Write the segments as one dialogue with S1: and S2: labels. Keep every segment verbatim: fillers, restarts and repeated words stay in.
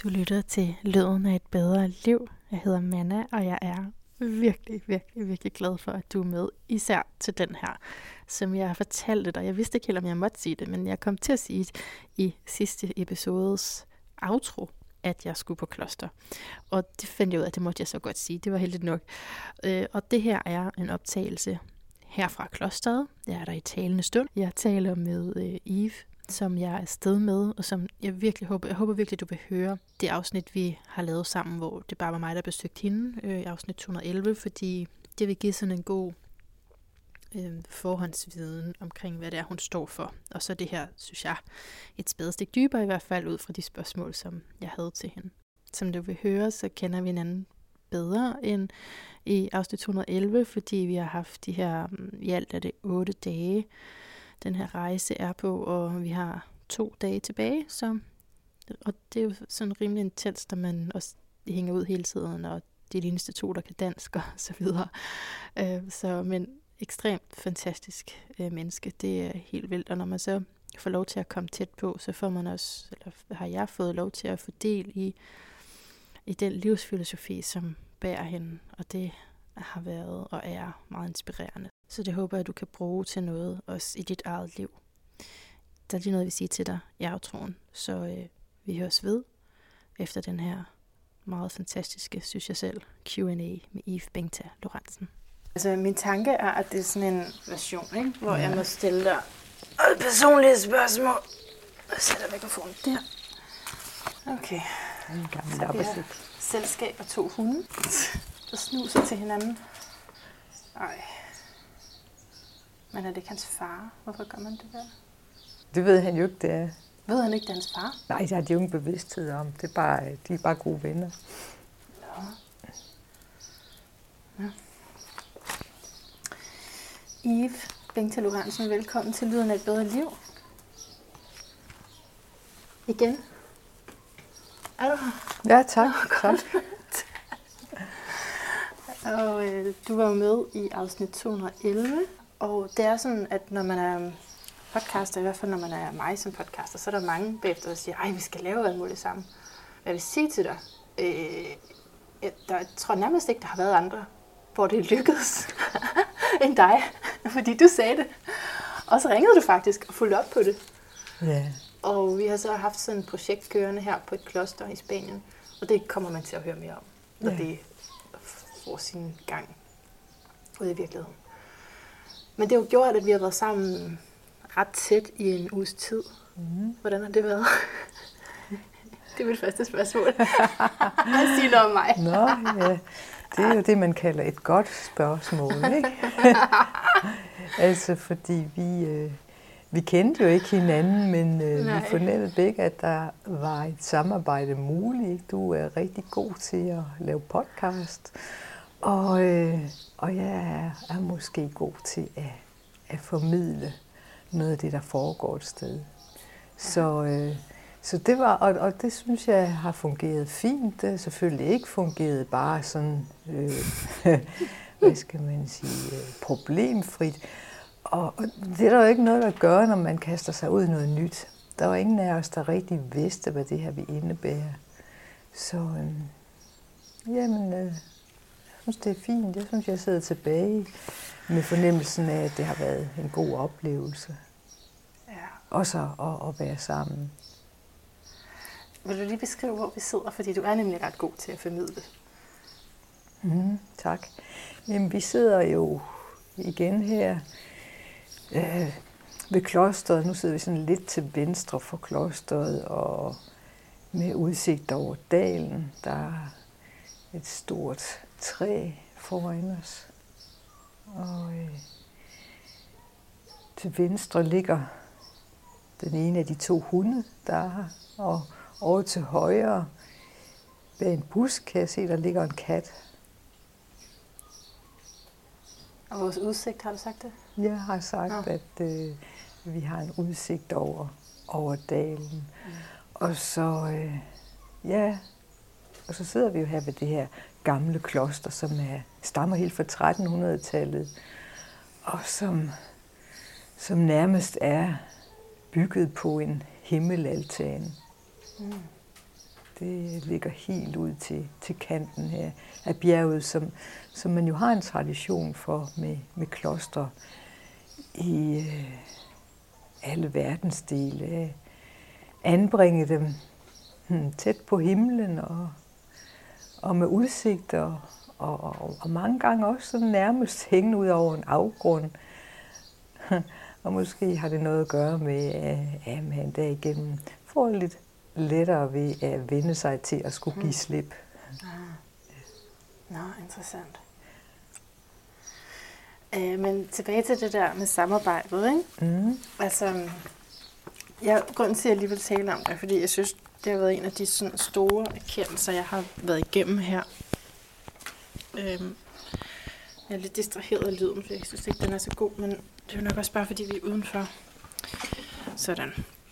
S1: Du lytter til Lyden af et bedre liv. Jeg hedder Manna, og jeg er virkelig, virkelig, virkelig glad for, at du er med. Især til den her, som jeg har fortalt dig. Jeg vidste ikke helt, om jeg måtte sige det, men jeg kom til at sige det i sidste episodes outro, at jeg skulle på kloster. Og det fandt jeg ud af, at det måtte jeg så godt sige. Det var heldigt nok. Og det her er en optagelse her fra klosteret. Jeg er der i talende stund. Jeg taler med Eve, som jeg er afsted med, og som jeg virkelig håber, jeg håber virkelig, du vil høre det afsnit, vi har lavet sammen, hvor det bare var mig, der besøgte hende, øh, i afsnit to hundrede og elleve, fordi det vil give sådan en god øh, forhåndsviden omkring, hvad det er, hun står for. Og så det her, synes jeg, et spadestik dybere i hvert fald, ud fra de spørgsmål, som jeg havde til hende. Som du vil høre, så kender vi hinanden bedre end i afsnit to hundrede og elleve, fordi vi har haft de her, i alt er det otte dage, den her rejse er på, og vi har to dage tilbage, så, og det er jo sådan rimelig intens, når man også hænger ud hele tiden, og det er de eneste to, der kan dansk og så videre. Øh, så, men ekstremt fantastisk øh, menneske, det er helt vildt, og når man så får lov til at komme tæt på, så får man også, eller har jeg fået lov til at få del i, i den livsfilosofi, som bærer hende, og det har været og er meget inspirerende. Så det håber jeg, at du kan bruge til noget, også i dit eget liv. Der er lige noget, jeg vil sige til dig i outroen. Så øh, vi høres ved efter den her meget fantastiske, synes jeg selv, Q and A med Eve Bengta Lorentzen. Altså min tanke er, at det er sådan en version, ikke? Hvor ja. jeg må stille dig et personlige spørgsmål. Jeg sætter mikrofonen der. Okay.
S2: En gammel
S1: så vi har selskab af to hunde, der snuser til hinanden. Ej. Men er det ikke hans far? Hvorfor gør man det der?
S2: Det ved han jo ikke, det er.
S1: Ved han ikke, det er hans far?
S2: Nej, det har de jo ingen bevidsthed om. Det er bare, de er bare gode venner.
S1: Ja. Ja. Eve Bengta Lorentzen, velkommen til Lyden af et bedre liv. Igen. Er du her?
S2: Ja, tak.
S1: Oh, tak. Og øh, du var jo med i afsnit to hundrede og elleve. Og det er sådan, at når man er podcaster, i hvert fald når man er mig som podcaster, så er der mange bagefter, der siger, ej, vi skal lave alt muligt sammen. Jeg vil sige til dig, øh, jeg, der, jeg tror nærmest ikke, der har været andre, hvor det lykkedes end dig. Fordi du sagde det. Og så ringede du faktisk og fulgte op på det.
S2: Ja.
S1: Og vi har så haft sådan et projekt kørende her på et kloster i Spanien. Og det kommer man til at høre mere om, når ja. det får sin gang ude i virkeligheden. Men det har jo gjort, at vi har været sammen ret tæt i en uges tid. Mm. Hvordan har det været? Det er mit første spørgsmål. Sig noget om mig.
S2: Nå, ja. Det er jo det, man kalder et godt spørgsmål, ikke? Altså, fordi vi, øh, vi kendte jo ikke hinanden, men øh, vi fornemmede begge, at der var et samarbejde muligt. Du er rigtig god til at lave podcast. Og, øh, og jeg er, er måske god til at, at formidle noget af det, der foregår et sted. Så, øh, så det var, og, og det synes jeg har fungeret fint. Det har selvfølgelig ikke fungeret bare sådan, øh, hvad skal man sige, øh, problemfrit. Og, og det er der jo ikke noget at gøre, når man kaster sig ud i noget nyt. Der var ingen af os, der rigtig vidste, hvad det her vil indebære. Så, øh, jamen... Øh, Jeg synes, det er fint. Jeg synes, jeg sidder tilbage med fornemmelsen af, at det har været en god oplevelse.
S1: Ja.
S2: Også at, at være sammen.
S1: Vil du lige beskrive, hvor vi sidder? Fordi du er nemlig ret god til at formidle.
S2: Mm, tak. Jamen, vi sidder jo igen her øh, ved klosteret. Nu sidder vi sådan lidt til venstre for klosteret og med udsigt over dalen. Der er et stort træ foran os. Og øh, til venstre ligger den ene af de to hunde, der er her. Og over til højre, bag en busk, kan jeg se, der ligger en kat.
S1: Og vores udsigt, har du sagt det?
S2: Jeg har sagt, ja. at øh, vi har en udsigt over, over dalen. Mm. Og så, øh, ja, og så sidder vi jo her ved det her gamle kloster, som er, stammer helt fra trettenhundredetallet, og som, som nærmest er bygget på en himmelaltan. Mm. det ligger helt ud til, til kanten her af bjerget, som, som man jo har en tradition for med, med kloster i øh, alle verdensdele. Anbringe dem hmm, tæt på himlen og, og med udsigter, og, og, og mange gange også sådan nærmest hængende ud over en afgrund. Og måske har det noget at gøre med, at man derigennem får lidt lettere ved at vende sig til at skulle give slip.
S1: Ah. Nå, interessant. Øh, men tilbage til det der med samarbejdet, ikke? Mm. Altså, jeg grunden til, at jeg lige vil tale om det, fordi jeg synes, det har været en af de sådan store erkendelser, jeg har været igennem her. Øhm, jeg er lidt distraheret af lyden, for jeg synes ikke, den er så god, men det er jo nok også bare, fordi vi er udenfor. Sådan.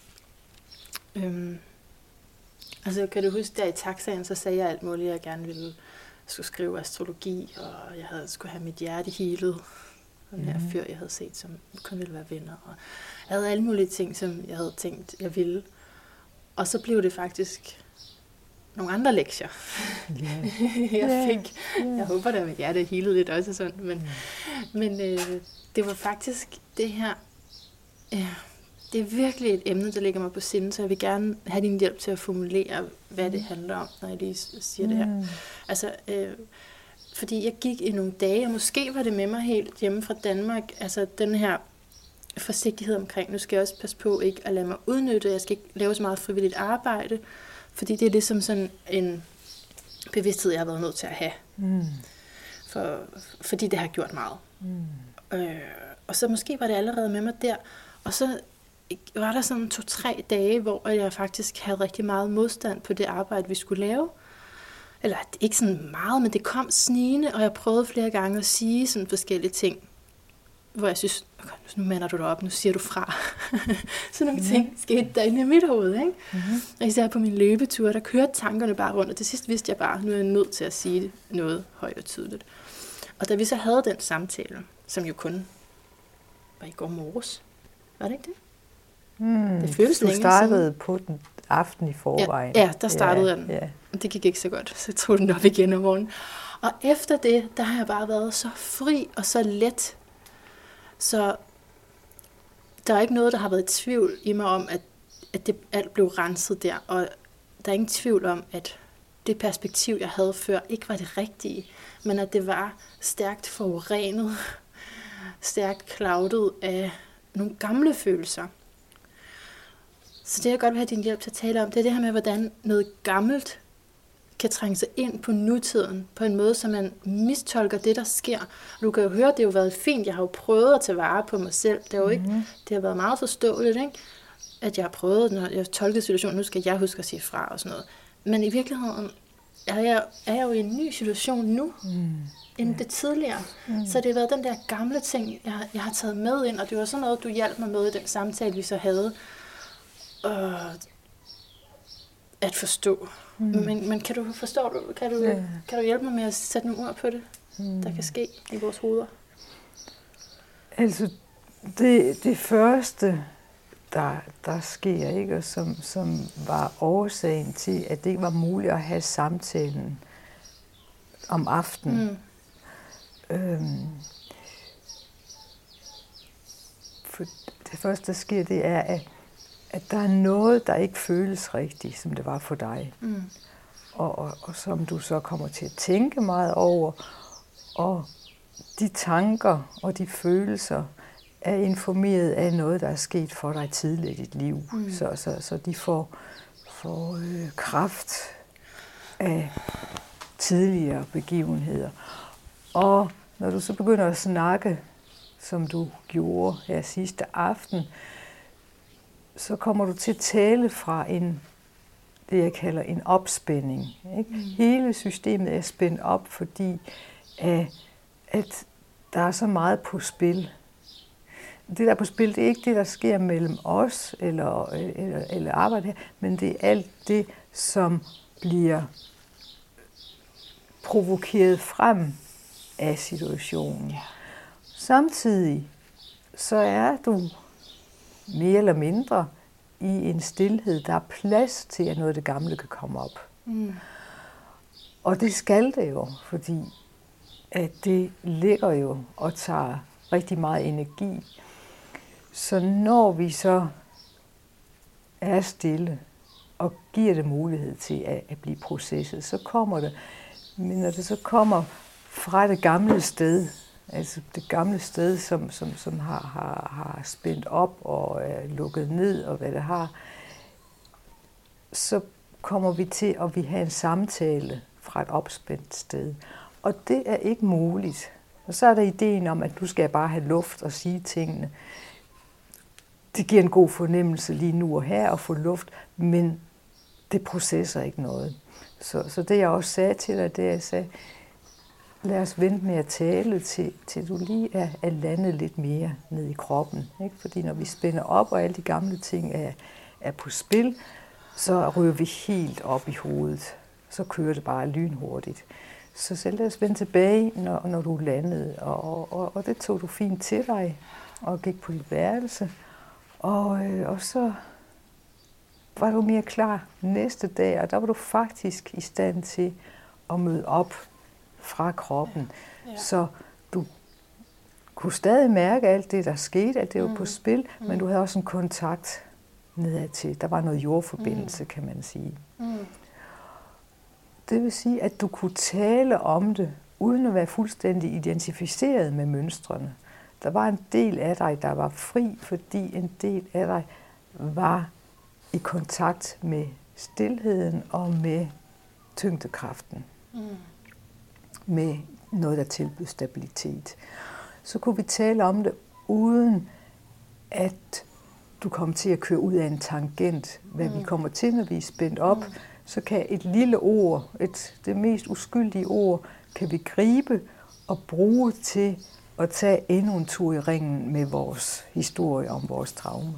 S1: Øhm, altså, kan du huske, der i taxaen, så sagde jeg alt muligt, jeg gerne ville jeg skulle skrive astrologi, og jeg havde skulle have mit hjerte healet. Og den her mm. fyr, jeg havde set, som kun ville være venner. Og jeg havde alle mulige ting, som jeg havde tænkt, jeg ville. Og så blev det faktisk nogle andre lektier. Yeah. jeg fik. Yeah. Jeg håber, at mit hjerte healede lidt også sådan. Men, mm. men øh, det var faktisk det her. Øh, det er virkelig et emne, der ligger mig på sinde, så jeg vil gerne have din hjælp til at formulere, hvad det handler om, når jeg lige siger mm. det her. Altså, øh, fordi jeg gik i nogle dage, og måske var det med mig helt hjemme fra Danmark, altså den her forsigtighed omkring, nu skal jeg også passe på ikke at lade mig udnytte, jeg skal ikke lave så meget frivilligt arbejde, fordi det er ligesom sådan en bevidsthed, jeg har været nødt til at have. Mm. For, fordi det har gjort meget. Mm. Øh, og så måske var det allerede med mig der, og så var der sådan to-tre dage, hvor jeg faktisk havde rigtig meget modstand på det arbejde, vi skulle lave. Eller ikke sådan meget, men det kom snigende, og jeg prøvede flere gange at sige sådan forskellige ting, hvor jeg synes, okay, nu mander du dig op, nu siger du fra. Sådan nogle mm-hmm. ting skete derinde i mit hoved, ikke? Mm-hmm. Og især på min løbetur, der kørte tankerne bare rundt, og til sidst vidste jeg bare, nu er jeg nødt til at sige noget højt og tydeligt. Og da vi så havde den samtale, som jo kun var i går morges, var det ikke det?
S2: Mm, det føles du startede siden. På den aften i forvejen.
S1: Ja, ja der startede ja, den. Ja. Det gik ikke så godt, så jeg tog den op igen om morgenen. Og efter det, der har jeg bare været så fri og så let. Så der er ikke noget, der har været i tvivl i mig om, at, at det alt blev renset der. Og der er ingen tvivl om, at det perspektiv, jeg havde før, ikke var det rigtige. Men at det var stærkt forurenet, stærkt cloudet af nogle gamle følelser. Så det, jeg godt vil have din hjælp til at tale om, det er det her med, hvordan noget gammelt kan trænge sig ind på nutiden, på en måde, så man mistolker det, der sker. Du kan jo høre, det har jo været fint, jeg har jo prøvet at tage vare på mig selv. Det har jo ikke, mm-hmm. det har været meget forståeligt, ikke? At jeg har prøvet, når jeg har tolket situationen, nu skal jeg huske at sige fra og sådan noget. Men i virkeligheden er jeg, er jeg jo i en ny situation nu, mm. end det tidligere. Mm. Så det har været den der gamle ting, jeg, jeg har taget med ind, og det var sådan noget, du hjalp mig med i den samtale, vi så havde. Og at forstå. Mm. Men, men kan du forstå, kan du, ja. kan du hjælpe mig med at sætte nogle ord på det, mm. der kan ske i vores hoveder?
S2: Altså, det, det første, der, der sker, ikke, og som, som var årsagen til, at det ikke var muligt at have samtalen om aftenen. Mm. Øhm, for det første, der sker, det er, at at der er noget, der ikke føles rigtigt, som det var for dig. Mm. Og, og, og som du så kommer til at tænke meget over. Og de tanker og de følelser er informeret af noget, der er sket for dig tidligt i dit liv. Mm. Så, så, så de får, får øh, kraft af tidligere begivenheder. Og når du så begynder at snakke, som du gjorde her sidste aften, så kommer du til at tale fra en, det jeg kalder en opspænding. Ikke? Mm. Hele systemet er spændt op, fordi at, at der er så meget på spil. Det der er på spil, det er ikke det, der sker mellem os eller, eller, eller arbejde her, men det er alt det, som bliver provokeret frem af situationen. Yeah. Samtidig så er du mere eller mindre i en stilhed, der er plads til, at noget af det gamle kan komme op. Mm. Og det skal det jo, fordi at det ligger jo og tager rigtig meget energi. Så når vi så er stille og giver det mulighed til at, at blive processet, så kommer det. Men når det så kommer fra det gamle sted, altså det gamle sted, som, som, som har, har, har spændt op og er lukket ned og hvad det har, så kommer vi til at vi have en samtale fra et opspændt sted. Og det er ikke muligt. Og så er der ideen om, at du skal bare have luft og sige tingene. Det giver en god fornemmelse lige nu og her at få luft, men det processer ikke noget. Så, så det jeg også sagde til dig, det er, at jeg sagde, lad os vente med at tale, til, til du lige er, er landet lidt mere ned i kroppen. Ikke? Fordi når vi spænder op, og alle de gamle ting er, er på spil, så ryger vi helt op i hovedet. Så kører det bare lynhurtigt. Så selv lad os vende tilbage, når, når du landede. Og, og, og det tog du fint til dig, og gik på dit værelse. Og, øh, og så var du mere klar næste dag, og der var du faktisk i stand til at møde op fra kroppen. Ja. Ja. Så du kunne stadig mærke alt det, der skete, at det var mm. på spil, mm. men du havde også en kontakt nedad til. Der var noget jordforbindelse, mm. kan man sige. Mm. Det vil sige, at du kunne tale om det, uden at være fuldstændig identificeret med mønstrene. Der var en del af dig, der var fri, fordi en del af dig var i kontakt med stilheden og med tyngdekraften. Mm. Med noget, der tilbød stabilitet. Så kunne vi tale om det, uden at du kom til at køre ud af en tangent. Hvad mm. vi kommer til, når vi er spændt op, mm. så kan et lille ord, et, det mest uskyldige ord, kan vi gribe og bruge til at tage endnu en tur i ringen med vores historie om vores traumer.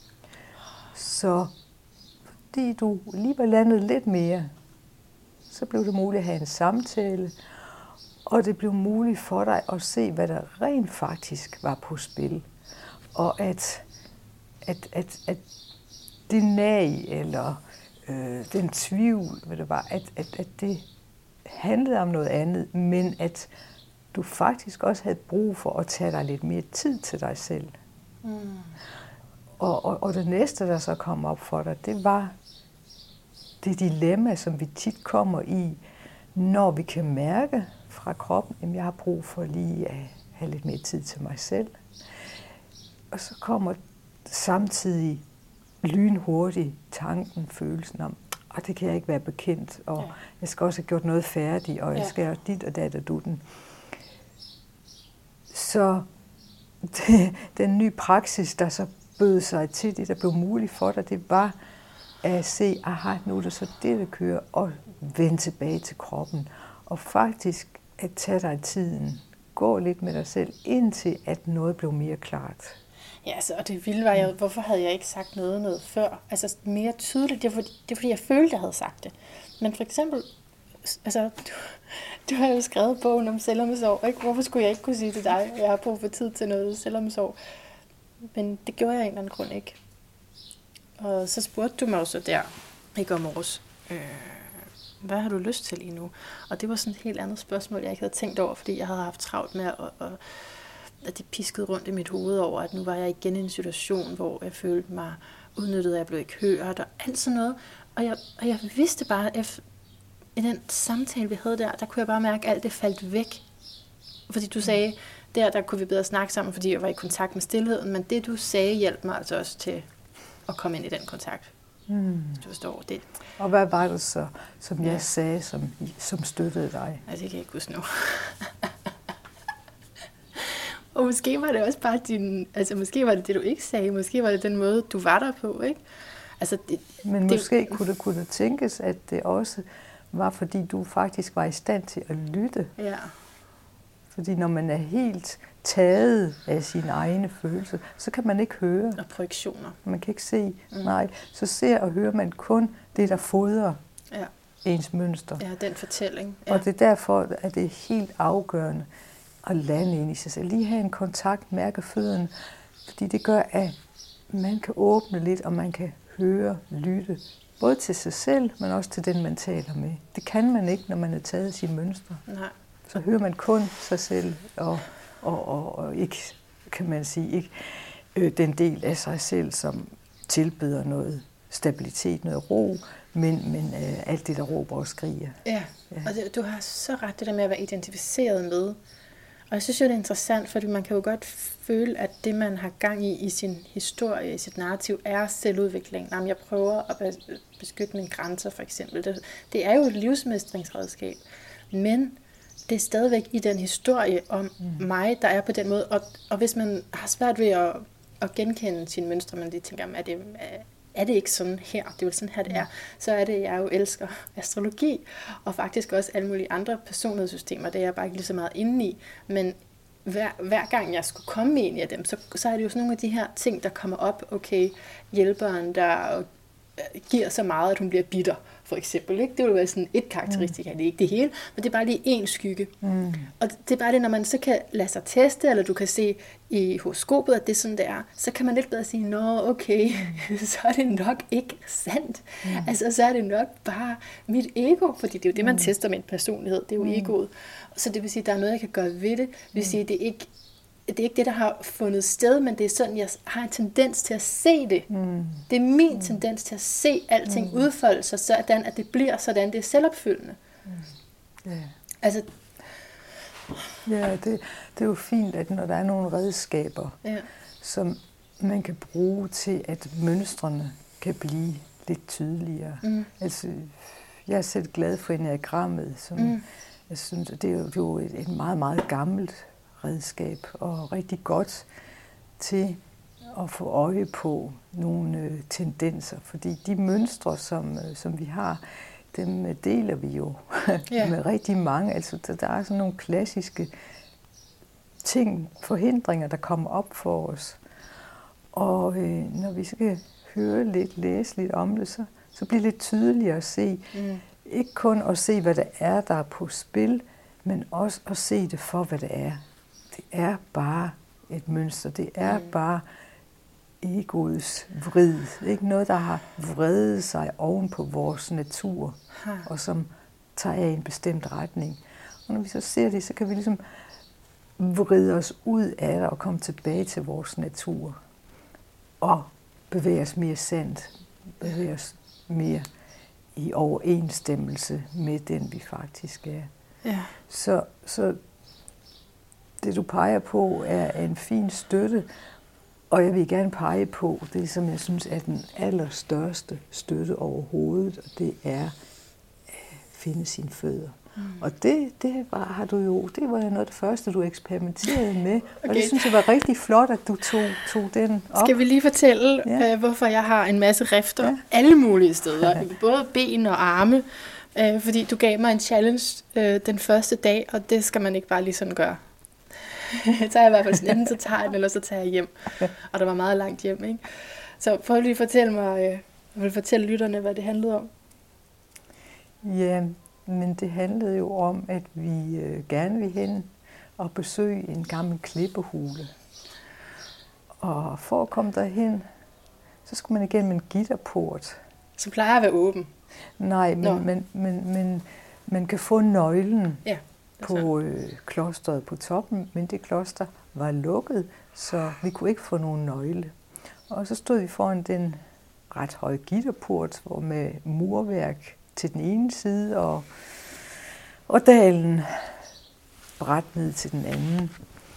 S2: Så fordi du lige var landet lidt mere, så blev det muligt at have en samtale, og det blev muligt for dig at se, hvad der rent faktisk var på spil. Og at, at, at, at det nag, eller øh, den tvivl, hvad det var, at, at, at det handlede om noget andet, men at du faktisk også havde brug for at tage dig lidt mere tid til dig selv. Mm. Og, og, og det næste, der så kom op for dig, det var det dilemma, som vi tit kommer i, når vi kan mærke fra kroppen, at jeg har brug for lige at have lidt mere tid til mig selv. Og så kommer samtidig lynhurtigt tanken, følelsen om, at det kan jeg ikke være bekendt, og ja. jeg skal også have gjort noget færdigt, og jeg ja. skal have dit og dat og dutten. Så det, den nye praksis, der så bød sig til, det der blev muligt for dig, det var at se, aha, nu er det så det, der kører, og vende tilbage til kroppen. Og faktisk at tage dig tiden, gå lidt med dig selv, indtil at noget blev mere klart.
S1: Ja, altså, og det vilde var jo, hvorfor havde jeg ikke sagt noget noget før? Altså mere tydeligt, det er fordi, det er, fordi jeg følte, jeg havde sagt det. Men for eksempel, altså, du, du har jo skrevet bogen om selvomsorg, ikke? Hvorfor skulle jeg ikke kunne sige til dig, at jeg har brug for tid til noget selvomsorg? Men det gjorde jeg af en eller anden grund ikke. Og så spurgte du mig også der, ikke om morges, øh, hvad har du lyst til lige nu? Og det var sådan et helt andet spørgsmål, jeg ikke havde tænkt over, fordi jeg havde haft travlt med, at, at, at det piskede rundt i mit hoved over, at nu var jeg igen i en situation, hvor jeg følte mig udnyttet, og jeg blev ikke hørt, og alt sådan noget. Og jeg, og jeg vidste bare, at i den samtale, vi havde der, der kunne jeg bare mærke, at alt det faldt væk. Fordi du sagde, der, der kunne vi bedre snakke sammen, fordi jeg var i kontakt med stilheden, men det du sagde hjalp mig altså også til at komme ind i den kontakt. Mm. Du forstår det.
S2: Og hvad var det så, som jeg ja. sagde, som, som støttede dig?
S1: Altså, det kan jeg ikke huske nu. Og måske var det også bare din, altså måske var det det, du ikke sagde, måske var det den måde, du var der på, ikke? Altså, det,
S2: Men
S1: det,
S2: måske kunne det, kunne det tænkes, at det også var, fordi du faktisk var i stand til at lytte.
S1: Ja.
S2: Fordi når man er helt taget af sine egne følelser, så kan man ikke høre.
S1: Og projektioner.
S2: Man kan ikke se. Mm. Nej, så ser og hører man kun det, der fodrer ja. ens mønster.
S1: Ja, den fortælling. Ja.
S2: Og det er derfor, at det er helt afgørende at lande ind i sig selv. Lige have en kontakt, mærke fødderne, fordi det gør, at man kan åbne lidt, og man kan høre, lytte Både til sig selv, men også til den, man taler med. Det kan man ikke, når man er taget sine mønstre.
S1: Nej.
S2: Så hører man kun sig selv, og, og, og, og ikke, kan man sige, ikke øh, den del af sig selv, som tilbyder noget stabilitet, noget ro, men, men øh, alt det, der råber og skriger.
S1: Ja, ja. Og det, du har så ret det der med at være identificeret med. Og jeg synes jo, det er interessant, fordi man kan jo godt føle, at det, man har gang i i sin historie, i sit narrativ, er selvudvikling. Jamen, jeg prøver at beskytte mine grænser, for eksempel. Det, det er jo et livsmestringsredskab, men det er stadigvæk i den historie om mm. mig, der er på den måde. Og, og hvis man har svært ved at, at genkende sine mønstre, man lige tænker, er det, er det ikke sådan her? Det er jo sådan her, det er. Så er det, jeg jo elsker astrologi, og faktisk også alle mulige andre personlighedssystemer. Det er jeg bare ikke lige så meget inde i. Men hver, hver gang jeg skulle komme ind i dem, så, så er det jo sådan nogle af de her ting, der kommer op. Okay, hjælperen, der giver så meget, at hun bliver bitter, for eksempel. Ikke? Det vil være sådan et karakteristik, mm. det er ikke det hele, men det er bare lige en skygge. Mm. Og det er bare det, når man så kan lade sig teste, eller du kan se i horoskopet, at det er sådan, det er, så kan man lidt bedre sige, nå, okay, mm. så er det nok ikke sandt. Mm. Altså, så er det nok bare mit ego, fordi det er jo det, man mm. tester med en personlighed, det er jo mm. egoet. Så det vil sige, at der er noget, jeg kan gøre ved det. Det vil sige, at det er ikke det er ikke det, der har fundet sted, men det er sådan, jeg har en tendens til at se det. Mm. Det er min mm. tendens til at se alting mm. udfolde sig, sådan at det bliver sådan, det er selvopfyldende. Mm.
S2: Yeah.
S1: Altså,
S2: ja, det, det er jo fint, at når der er nogle redskaber, ja. som man kan bruge til, at mønstrene kan blive lidt tydeligere. Mm. Altså, jeg er selv glad for enagrammet, som mm. jeg synes, det er jo, det er jo et, et meget, meget gammelt redskab, og rigtig godt til at få øje på nogle øh, tendenser, fordi de mønstre, som, øh, som vi har, dem øh, deler vi jo yeah. med rigtig mange. Altså, der, der er sådan nogle klassiske ting, forhindringer, der kommer op for os. Og øh, når vi skal høre lidt, læse lidt om det, så, så bliver det lidt tydeligere at se. Mm. Ikke kun at se, hvad det er, der er på spil, men også at se det for, hvad det er. Det er bare et mønster. Det er mm. bare egoets vrid. Ikke noget, der har vredet sig oven på vores natur, ha. og som tager af en bestemt retning. Og når vi så ser det, så kan vi ligesom vride os ud af det og komme tilbage til vores natur. Og bevæge os mere sandt. Bevæge os mere i overensstemmelse med den, vi faktisk er. Ja. Så, så det, du peger på, er en fin støtte, og jeg vil gerne pege på det, som jeg synes er den allerstørste støtte overhovedet, og det er at finde sine fødder. Mm. Og det, det var, har du jo, det var noget af det første, du eksperimenterede med, okay. og det synes jeg var rigtig flot, at du tog, tog den op.
S1: Skal vi lige fortælle, ja. øh, hvorfor jeg har en masse rifter ja. alle mulige steder, både ben og arme, øh, fordi du gav mig en challenge øh, den første dag, og det skal man ikke bare lige sådan gøre. Så tager jeg i hvert fald sådan, enten så tager jeg den, eller så tager jeg hjem. Og der var meget langt hjem, ikke? Så prøv lige at fortælle mig, jeg vil fortælle lytterne, hvad det handlede om.
S2: Ja, men det handlede jo om, at vi øh, gerne vil hen og besøge en gammel klippehule. Og for at komme derhen, så skulle man igennem en gitterport.
S1: Så plejer at være åben?
S2: Nej, men, men, men, men man kan få nøglen. Ja. På øh, klosteret på toppen, men det kloster var lukket, så vi kunne ikke få nogen nøgle. Og så stod vi foran den ret høje gitterport, hvor med murværk til den ene side, og, og dalen bræt ned til den anden.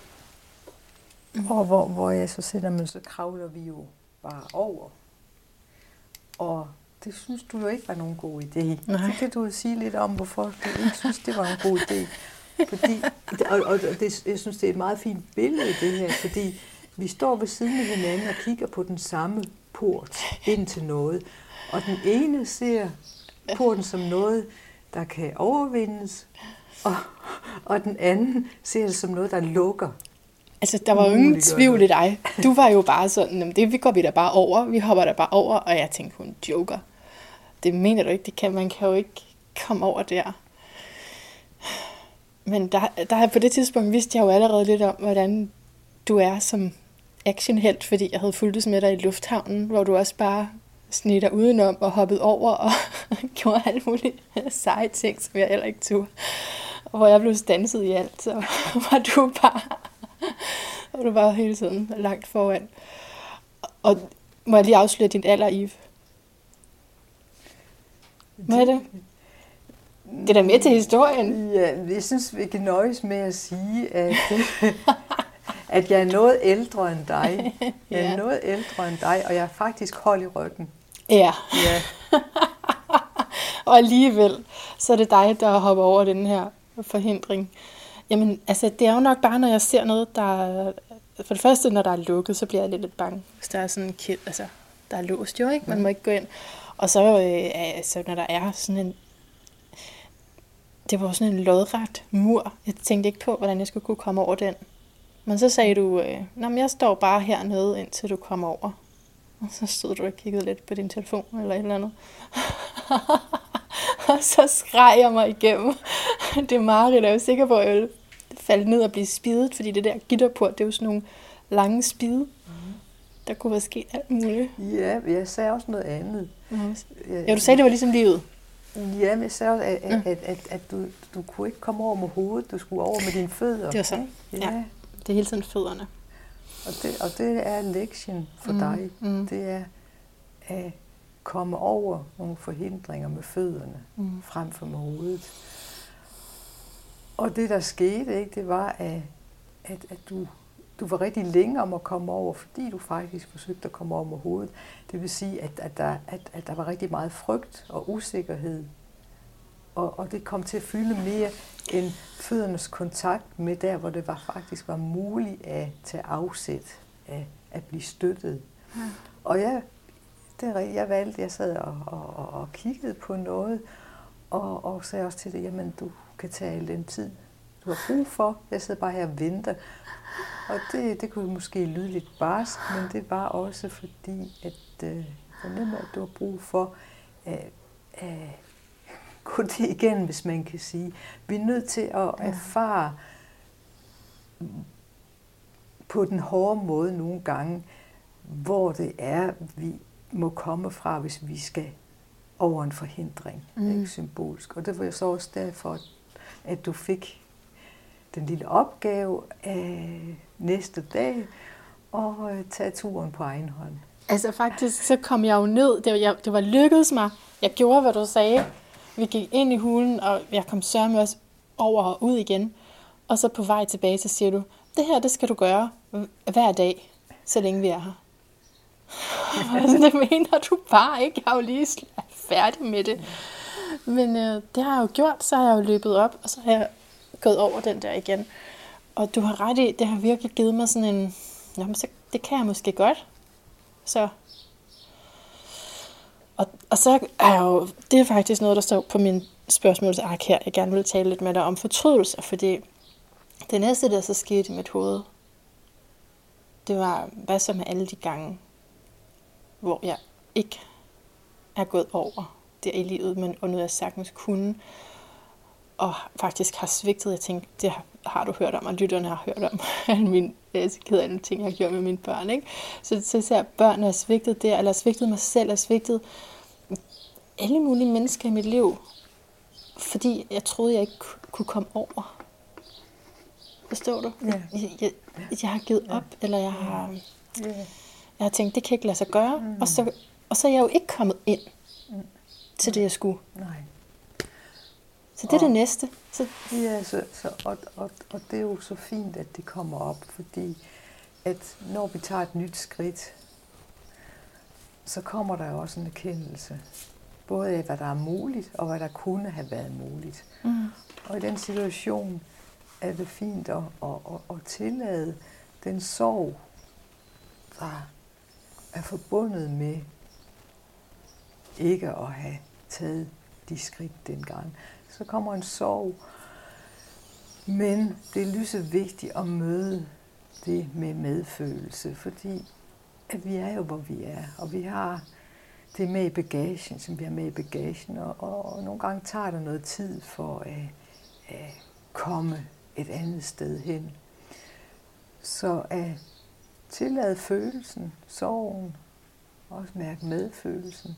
S2: Mm. Og hvor, hvor jeg så sætter mig, så kravler vi jo bare over. Og det synes du jo ikke var nogen god idé. Nej. Det kan du sige lidt om, hvorfor du ikke synes, det var en god idé. Fordi, og, og det, jeg synes, det er et meget fint billede, det her, fordi vi står ved siden af hinanden og kigger på den samme port ind til noget. Og den ene ser porten som noget, der kan overvindes, og, og den anden ser det som noget, der lukker.
S1: Altså, der var jo ingen tvivl i dig. Du var jo bare sådan, det går vi da bare over, vi hopper da bare over, og jeg tænkte, hun joker. Det mener du ikke, det kan, man kan jo ikke komme over der. Men der, der på det tidspunkt vidste jeg jo allerede lidt om, hvordan du er som actionhelt, fordi jeg havde fulgtes med dig i lufthavnen, hvor du også bare snitter udenom og hoppede over og gjorde alle mulige seje ting, som jeg heller ikke turde. Og hvor jeg blev standset i alt, så var du bare, og du var hele tiden langt foran. Og må jeg lige afsløre din alder, Eve? Hvad er det? Det er da med til historien.
S2: Ja, jeg synes, vi kan nøjes med at sige, at, at jeg er noget ældre end dig. Jeg er ja. noget ældre end dig, og jeg har faktisk hold i ryggen.
S1: Ja.
S2: ja.
S1: Og alligevel, så er det dig, der hopper over den her forhindring. Jamen, altså, det er jo nok bare, når jeg ser noget, der... For det første, når der er lukket, så bliver jeg lidt, lidt bange. Hvis der er sådan en kid, altså, der er låst jo, ikke? Man må ikke gå ind. Og så, øh, altså, når der er sådan en... Det var sådan en lodret mur. Jeg tænkte ikke på, hvordan jeg skulle kunne komme over den. Men så sagde du, øh, Nå, men jeg står bare hernede, indtil du kommer over. Og så stod du og kiggede lidt på din telefon, eller et eller andet. Og så skreg jeg mig igennem. Det er Marit, jeg er jo sikker på, at jeg ville falde ned og blive spidet, fordi det der gitterport, det er jo sådan nogle lange spide. Mm. Der kunne være sket alt muligt.
S2: Ja, jeg sagde også noget andet.
S1: Mm. Ja, du sagde, det var ligesom livet.
S2: Ja, men jeg sagde også, at, at, at, at, at du, du kunne ikke komme over med hovedet, du skulle over med dine fødder.
S1: Det var sådan, ja. ja. Det er hele tiden fødderne.
S2: Og det, og det er lektien for mm. dig. Mm. Det er at komme over nogle forhindringer med fødderne, mm. frem for med hovedet. Og det, der skete, ikke, det var, at, at, at du, du var rigtig længe om at komme over, fordi du faktisk forsøgte at komme over med hovedet. Det vil sige, at, at, der, at, at der var rigtig meget frygt og usikkerhed. Og, og det kom til at fylde mere end føddernes kontakt med der, hvor det var, faktisk var muligt at tage afsæt, at, at blive støttet. Ja. Og jeg, det er, jeg valgte, jeg sad og, og, og, og kiggede på noget, og, og sagde også til det, jamen du kan tage al den tid, du har brug for. Jeg sidder bare her og venter. Og det, det kunne måske lyde lidt barsk, men det var også fordi, at øh, fornemmer, at du har brug for at øh, øh, gå det igen, hvis man kan sige. Vi er nødt til at erfare på den hårde måde nogle gange, hvor det er, vi må komme fra, hvis vi skal over en forhindring, mm. ikke symbolisk. Og det var jo så også derfor, at du fik den lille opgave af næste dag og tage turen på egen hånd.
S1: Altså faktisk, så kom jeg jo ned. Det var, jeg, det var lykkedes mig. Jeg gjorde, hvad du sagde. Vi gik ind i hulen, og jeg kom sørme også over og ud igen. Og så på vej tilbage, så siger du, det her, det skal du gøre hver dag, så længe vi er her. Det mener du bare ikke. Jeg er jo lige færdig med det. Men øh, det har jeg jo gjort, så har jeg jo løbet op, og så har jeg gået over den der igen. Og du har ret i, det har virkelig givet mig sådan en, jamen, så, det kan jeg måske godt. Så. Og, og så er jo, det er faktisk noget, der står på min spørgsmålsark her. Jeg gerne vil tale lidt med dig om fortrydelser, fordi det næste, der så skete i mit hoved, det var, hvad så med alle de gange, hvor jeg ikke er gået over der i livet, men og noget jeg sagtens kunne, og faktisk har svigtet. Jeg tænkte, det har, har du hørt om, og lytterne har hørt om alle mine ked alle ting, jeg har gjort med mine børn. Ikke? Så, så ser jeg, at børn har svigtet der, eller svigtet mig selv, og svigtet alle mulige mennesker i mit liv, fordi jeg troede, jeg ikke kunne komme over. Forstår du?
S2: Ja.
S1: Jeg, jeg, jeg har givet op, ja. eller jeg har, ja. jeg har tænkt, det kan ikke lade sig gøre, mm. og, så, og så er jeg jo ikke kommet ind mm. til det, jeg skulle.
S2: Nej.
S1: Så det er og, det næste. Så...
S2: Ja, så, så, og, og, og det er jo så fint, at det kommer op, fordi at når vi tager et nyt skridt, så kommer der jo også en erkendelse. Både af, hvad der er muligt, og hvad der kunne have været muligt. Mm. Og i den situation er det fint at, at, at, at tillade den sorg, der er forbundet med ikke at have taget de skridt dengang. Så kommer en sorg, men det er lige så vigtigt at møde det med medfølelse, fordi at vi er jo, hvor vi er, og vi har det med i bagagen, som vi har med i bagagen, og, og, og nogle gange tager det noget tid for at, at komme et andet sted hen. Så at tillade følelsen, sorgen, Også mærke medfølelsen.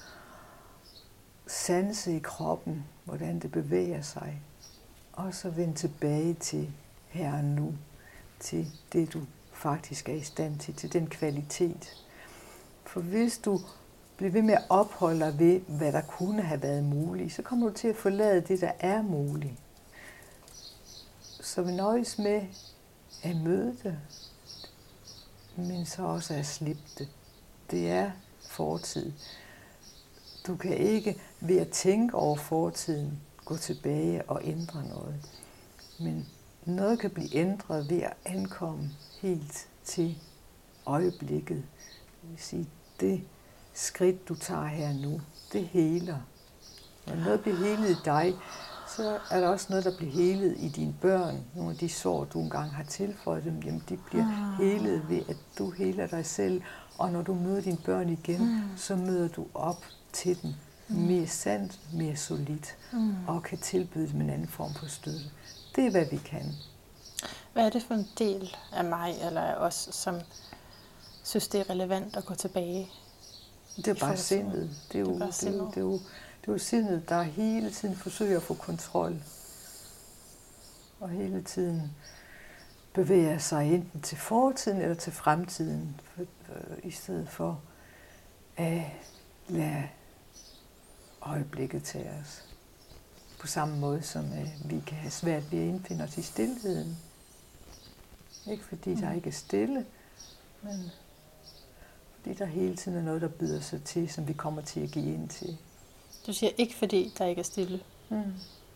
S2: Sanse i kroppen, hvordan det bevæger sig. Og så vende tilbage til her og nu. Til det, du faktisk er i stand til. Til den kvalitet. For hvis du bliver ved med at opholde dig ved, hvad der kunne have været muligt, så kommer du til at forlade det, der er muligt. Så vi nøjes med at møde det, men så også at slippe det. Det er fortid. Du kan ikke ved at tænke over fortiden gå tilbage og ændre noget. Men noget kan blive ændret ved at ankomme helt til øjeblikket. Det vil sige, det skridt, du tager her nu, det heler. Når noget bliver helet i dig, så er der også noget, der bliver helet i dine børn. Nogle af de sår, du engang har tilføjet dem, jamen de bliver helet ved, at du heler dig selv. Og når du møder dine børn igen, mm. så møder du op til dem mere sandt, mere solidt, mm. og kan tilbyde dem en anden form for støtte. Det er, hvad vi kan.
S1: Hvad er det for en del af mig eller af os, som synes, det er relevant at gå tilbage?
S2: Det er bare sindet. Det er jo, det er det er jo, det er jo, det er jo sindet, der hele tiden forsøger at få kontrol. Og hele tiden bevæger sig enten til fortiden eller til fremtiden, for, øh, i stedet for at lade øjeblikket tage os. På samme måde som øh, vi kan have svært ved at indfinde os i stilheden. Ikke fordi der ikke er stille, men fordi der hele tiden er noget, der byder sig til, som vi kommer til at give ind til.
S1: Du siger ikke fordi der ikke er stille,
S2: mm.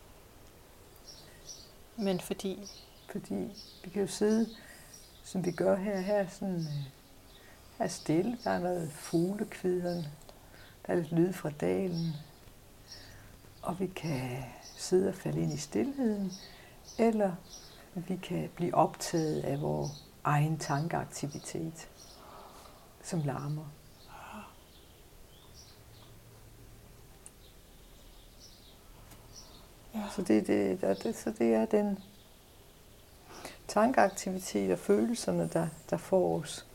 S1: men fordi...
S2: Fordi vi kan jo sidde, som vi gør her, her sådan, her stille. Der er noget fuglekvidren, der er lidt lyd fra dalen. Og vi kan sidde og falde ind i stilheden, eller vi kan blive optaget af vores egen tankeaktivitet, som larmer. Ja. Så, det, det, det, så det er den tankeaktivitet og følelserne, der, der får os.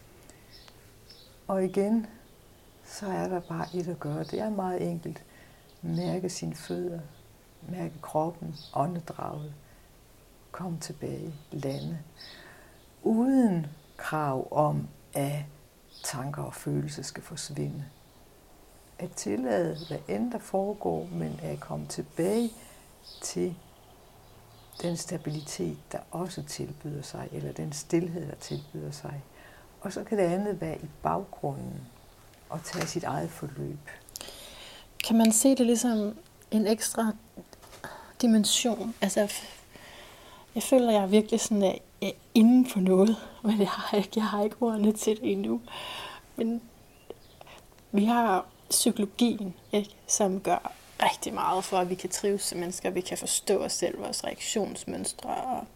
S2: Og igen, så er der bare et at gøre. Det er meget enkelt. Mærke sine fødder, mærke kroppen, åndedraget, kom tilbage, lande. Uden krav om, at tanker og følelser skal forsvinde. At tillade, hvad end der foregår, men at komme tilbage til den stabilitet, der også tilbyder sig, eller den stilhed, der tilbyder sig. Og så kan det andet være i baggrunden og tage sit eget forløb.
S1: Kan man se det ligesom en ekstra dimension? Altså, jeg føler, jeg er virkelig sådan er, er inde på noget, men jeg har ikke, jeg har ikke ordene til det endnu. Men vi har psykologien, ikke, som gør rigtig meget for, at vi kan trives som mennesker, vi kan forstå os selv, vores reaktionsmønstre og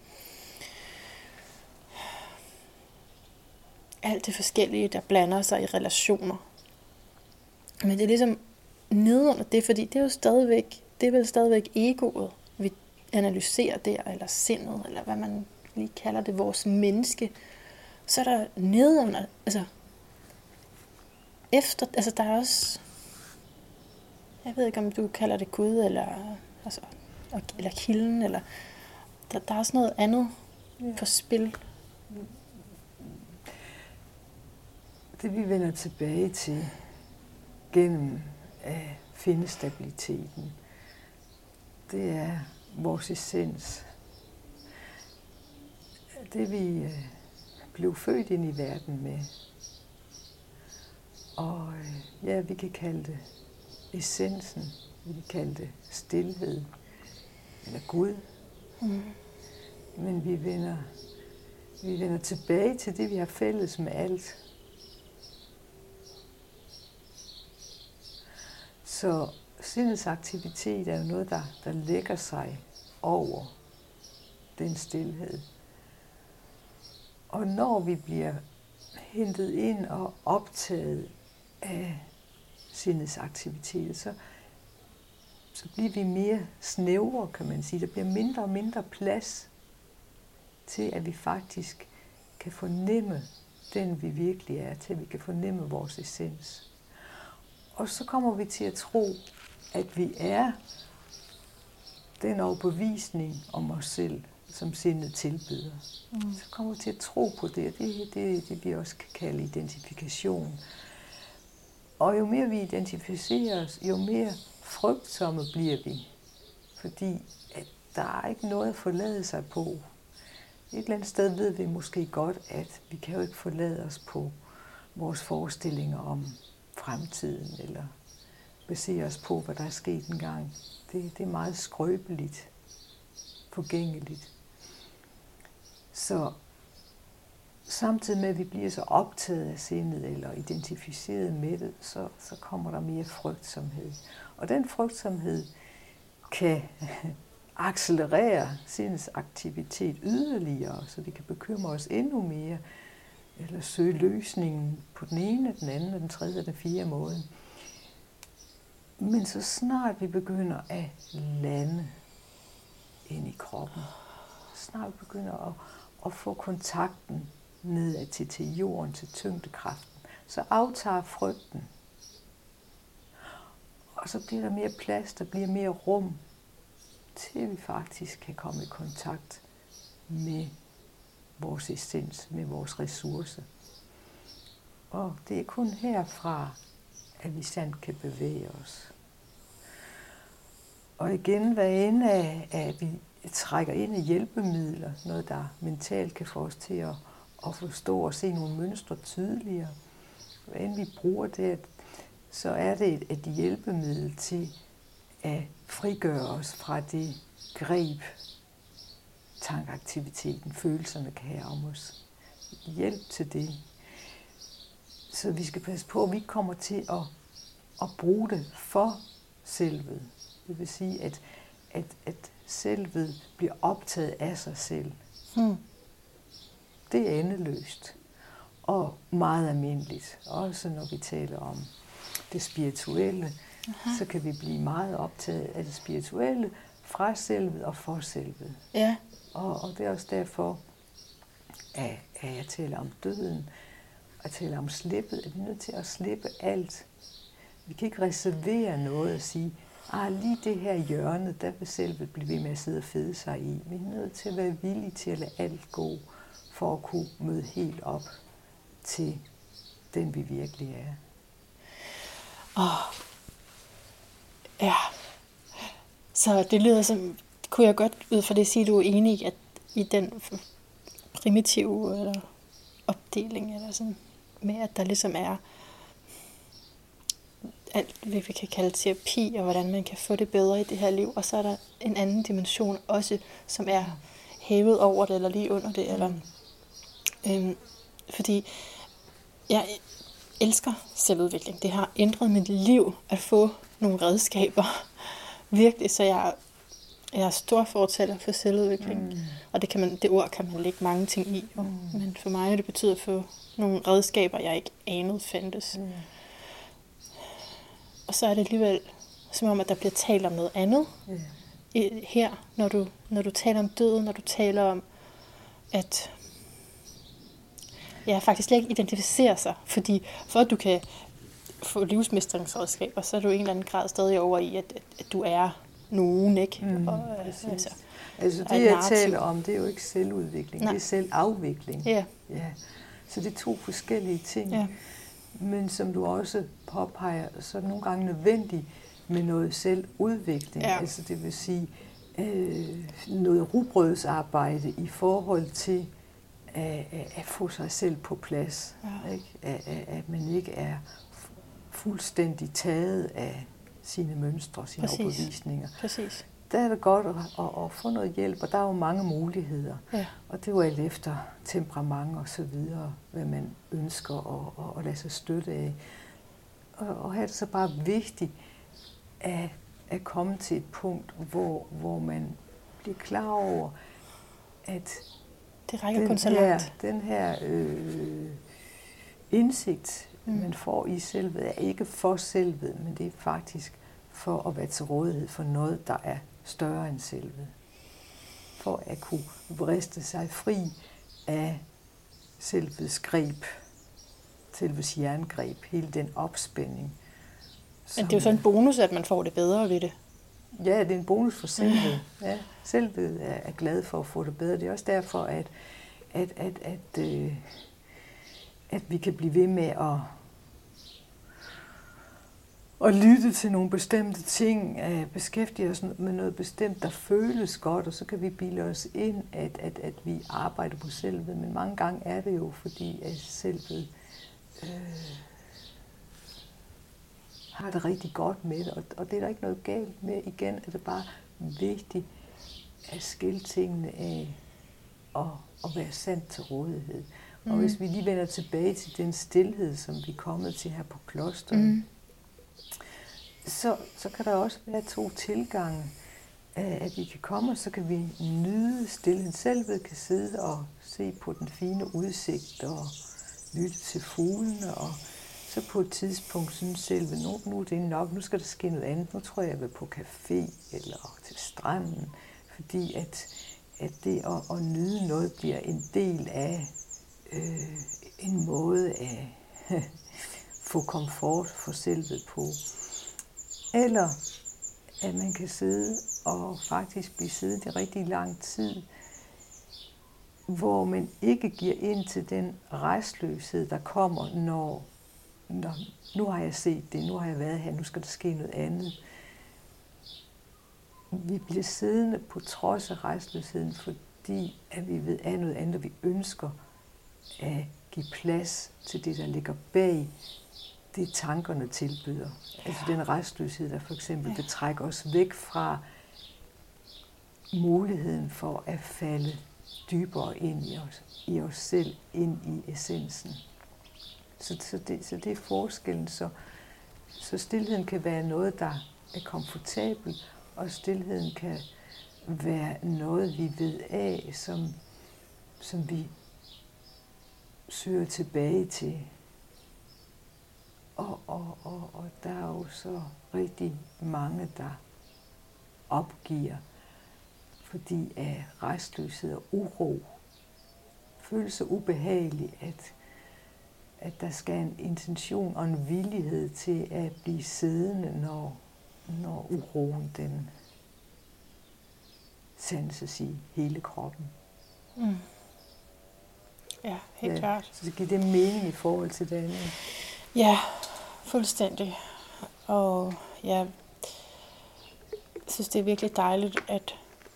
S1: alt det forskellige, der blander sig i relationer. Men det er ligesom nedenunder det, fordi det er jo stadigvæk, det er vel stadigvæk egoet, vi analyserer der, eller sindet, eller hvad man lige kalder det, vores menneske. Så er der nedenunder, altså efter, altså der er også, jeg ved ikke om du kalder det Gud, eller, altså, eller kilden, eller der, der er også noget andet ja. På spil.
S2: Det vi vender tilbage til gennem at finde stabiliteten, det er vores essens. Det vi blev født ind i verden med. Og ja, vi kan kalde det essensen, vi kan kalde det stilhed, eller Gud. Mm. Men vi vender, vi vender tilbage til det, vi har fælles med alt. Så sindets aktivitet er jo noget, der, der lægger sig over den stilhed. Og når vi bliver hentet ind og optaget af sindets aktiviteter, så, så bliver vi mere snævre, kan man sige. Der bliver mindre og mindre plads til, at vi faktisk kan fornemme den vi virkelig er, til vi kan fornemme vores essens. Og så kommer vi til at tro, at vi er den overbevisning om os selv, som sindet tilbyder. Mm. Så kommer vi til at tro på det, og det er det, det, vi også kan kalde identifikation. Og jo mere vi identificerer os, jo mere frygtsomme bliver vi. Fordi at der er ikke noget at forlade sig på. Et eller andet sted ved vi måske godt, at vi kan jo ikke forlade os på vores forestillinger om fremtiden, eller basere os på, hvad der er sket engang. Det, det er meget skrøbeligt, forgængeligt. Så samtidig med, at vi bliver så optaget af sindet, eller identificeret med det, så, så kommer der mere frygtsomhed. Og den frygtsomhed kan accelerere sindets aktivitet yderligere, så det kan bekymre os endnu mere, eller søge løsningen på den ene, den anden, den tredje og den fjerde måde. Men så snart vi begynder at lande ind i kroppen, snart vi begynder at, at få kontakten nedad til, til jorden, til tyngdekraften, så aftager frygten. Og så bliver der mere plads, der bliver mere rum, til vi faktisk kan komme i kontakt med vores essens, med vores ressourcer. Og det er kun herfra, at vi sandt kan bevæge os. Og igen, hvad end af, at vi trækker ind i hjælpemidler, noget der mentalt kan få os til at, at forstå og se nogle mønstre tydeligere. Hvad end vi bruger det, så er det et, et hjælpemiddel til at frigøre os fra det greb, tankaktiviteten, følelserne kan have om os. Hjælp til det. Så vi skal passe på, at vi ikke kommer til at, at bruge det for selvet. Det vil sige, at, at, at selvet bliver optaget af sig selv. Hmm. Det er endeløst og meget almindeligt. Også når vi taler om det spirituelle, aha, så kan vi blive meget optaget af det spirituelle fra selvet og for selvet. Ja. Og, og det er også derfor, at, at jeg taler om døden, og jeg taler om slippet, at vi er nødt til at slippe alt. Vi kan ikke reservere noget og sige, ah, lige det her hjørne, der vil selvet blive ved med at sidde og fede sig i. Vi er nødt til at være villige til at lade alt gå, for at kunne møde helt op til den, vi virkelig er.
S1: Åh, ja. Så det lyder som, kunne jeg godt ud fra det sige, du er enig i, at i den primitive eller opdeling, eller sådan, med at der ligesom er alt, hvad vi kan kalde terapi, og hvordan man kan få det bedre i det her liv, og så er der en anden dimension også, som er hævet over det, eller lige under det, eller øhm, fordi jeg elsker selvudvikling. Det har ændret mit liv at få nogle redskaber, virkelig, så jeg, jeg er stor fortaler for selvudvikling, mm. og det, kan man, det ord kan man lægge mange ting i, mm. men for mig det betyder at få nogle redskaber, jeg ikke anede fandtes. Mm. Og så er det alligevel som om, at der bliver talt om noget andet yeah. I, her, når du, når du taler om døden, når du taler om, at jeg faktisk slet ikke identificerer sig, fordi for at du kan få livsmestringsredskaber, så er du i en eller anden grad stadig over i, at, at du er nogen, ikke?
S2: Mm,
S1: og,
S2: altså, altså det, jeg taler om, det er jo ikke selvudvikling, nej, det er selvafvikling.
S1: Ja.
S2: Ja. Så det er to forskellige ting.
S1: Ja.
S2: Men som du også påpeger, så er det nogle gange nødvendigt med noget selvudvikling. Ja. Altså det vil sige øh, noget rugbrødsarbejde i forhold til at, at få sig selv på plads. Ja. Ikke? At, at, at man ikke er fuldstændig taget af sine mønstre, sine
S1: præcis.
S2: Overbevisninger.
S1: Præcis.
S2: Der er det godt at, at, at få noget hjælp, og der er jo mange muligheder. Ja. Og det er jo alt efter temperament og så videre, hvad man ønsker at, at, at lade sig støtte af. Og, og her er det så bare vigtigt at, at komme til et punkt, hvor, hvor man bliver klar over, at
S1: det rækker kun så
S2: her,
S1: langt.
S2: Den her øh, indsigt, mm. man får i selvet, er ikke for selvet, men det er faktisk for at være til rådighed for noget, der er større end selvet. For at kunne vriste sig fri af selvets greb, selvets jerngreb, hele den opspænding.
S1: Men det er jo sådan en bonus, at man får det bedre ved det.
S2: Ja, det er en bonus for selvet. Ja, selvet er glad for at få det bedre. Det er også derfor, at, at, at, at, øh, at vi kan blive ved med at, at lytte til nogle bestemte ting, at beskæftige os med noget bestemt, der føles godt, og så kan vi bilde os ind, at, at, at vi arbejder på selvet. Men mange gange er det jo, fordi at selvet øh, har det rigtig godt med det, og, og det er der ikke noget galt med. Igen er det bare vigtigt at skille tingene af og, og være sandt til rådighed. Mm. Og hvis vi lige vender tilbage til den stilhed, som vi er kommet til her på klosteret, mm. så, så kan der også være to tilgange. At vi kan komme, og så kan vi nyde stilheden. Selvet kan sidde og se på den fine udsigt og lytte til fuglene, og så på et tidspunkt synes selve, nu, nu er det nok, nu skal der ske noget andet. Nu tror jeg, jeg vil på café eller til stranden, fordi at, at det at, at nyde noget bliver en del af øh, en måde at få komfort for selvet på. Eller at man kan sidde og faktisk blive siddet i rigtig lang tid, hvor man ikke giver ind til den restløshed, der kommer, når, når nu har jeg set det, nu har jeg været her, nu skal der ske noget andet. Vi bliver siddende på trods af restløsheden, fordi at vi ved af noget andet, vi ønsker at give plads til det, der ligger bag det, tankerne tilbyder. Ja. Altså den restløshed, der for eksempel ja. betrækker os væk fra muligheden for at falde dybere ind i os, i os selv, ind i essensen. Så, så, det, så det er forskellen. Så, så stilheden kan være noget, der er komfortabelt, og stilheden kan være noget, vi ved af, som, som vi søger tilbage til. Og, og, og, og der er jo så rigtig mange, der opgiver, fordi af restløshed og uro føles så ubehageligt, at, at der skal en intention og en villighed til at blive siddende, når, når uroen den sanses i hele kroppen.
S1: Mm. Ja, helt ja, klart.
S2: Så det giver det mening i forhold til det andet.
S1: Ja, fuldstændig. Og jeg synes, det er virkelig dejligt at,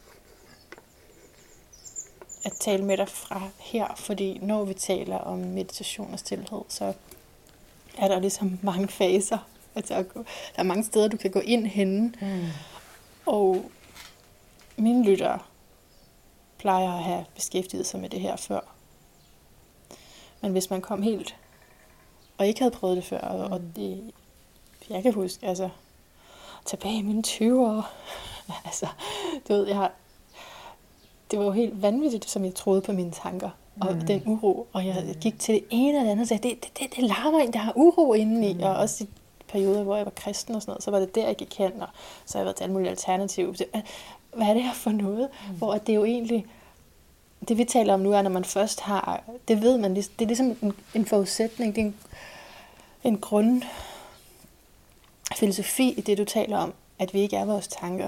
S1: at tale med dig fra her, fordi når vi taler om meditation og stilhed, så er der ligesom mange faser. Altså, der er mange steder, du kan gå ind henne. Mm. Og mine lyttere plejer at have beskæftiget sig med det her før. Men hvis man kom helt og ikke havde prøvet det før, og, mm. og det, jeg kan huske, altså, tilbage i mine tyve år, altså, du ved, jeg har, det var jo helt vanvittigt, som jeg troede på mine tanker, og mm. den uro, og jeg, jeg gik til det ene og det andet, og sagde, det, det, det, det larmer en, der har uro indeni, mm. og også i perioder, hvor jeg var kristen og sådan noget, så var det der, jeg gik hen, og så har jeg været til alle mulige alternativer. Hvad er det her for noget? Mm. Hvor det er jo egentlig, det vi taler om nu er, når man først har, det ved man, det er ligesom en, en forudsætning, det er en, en grundfilosofi i det, du taler om, at vi ikke er vores tanker.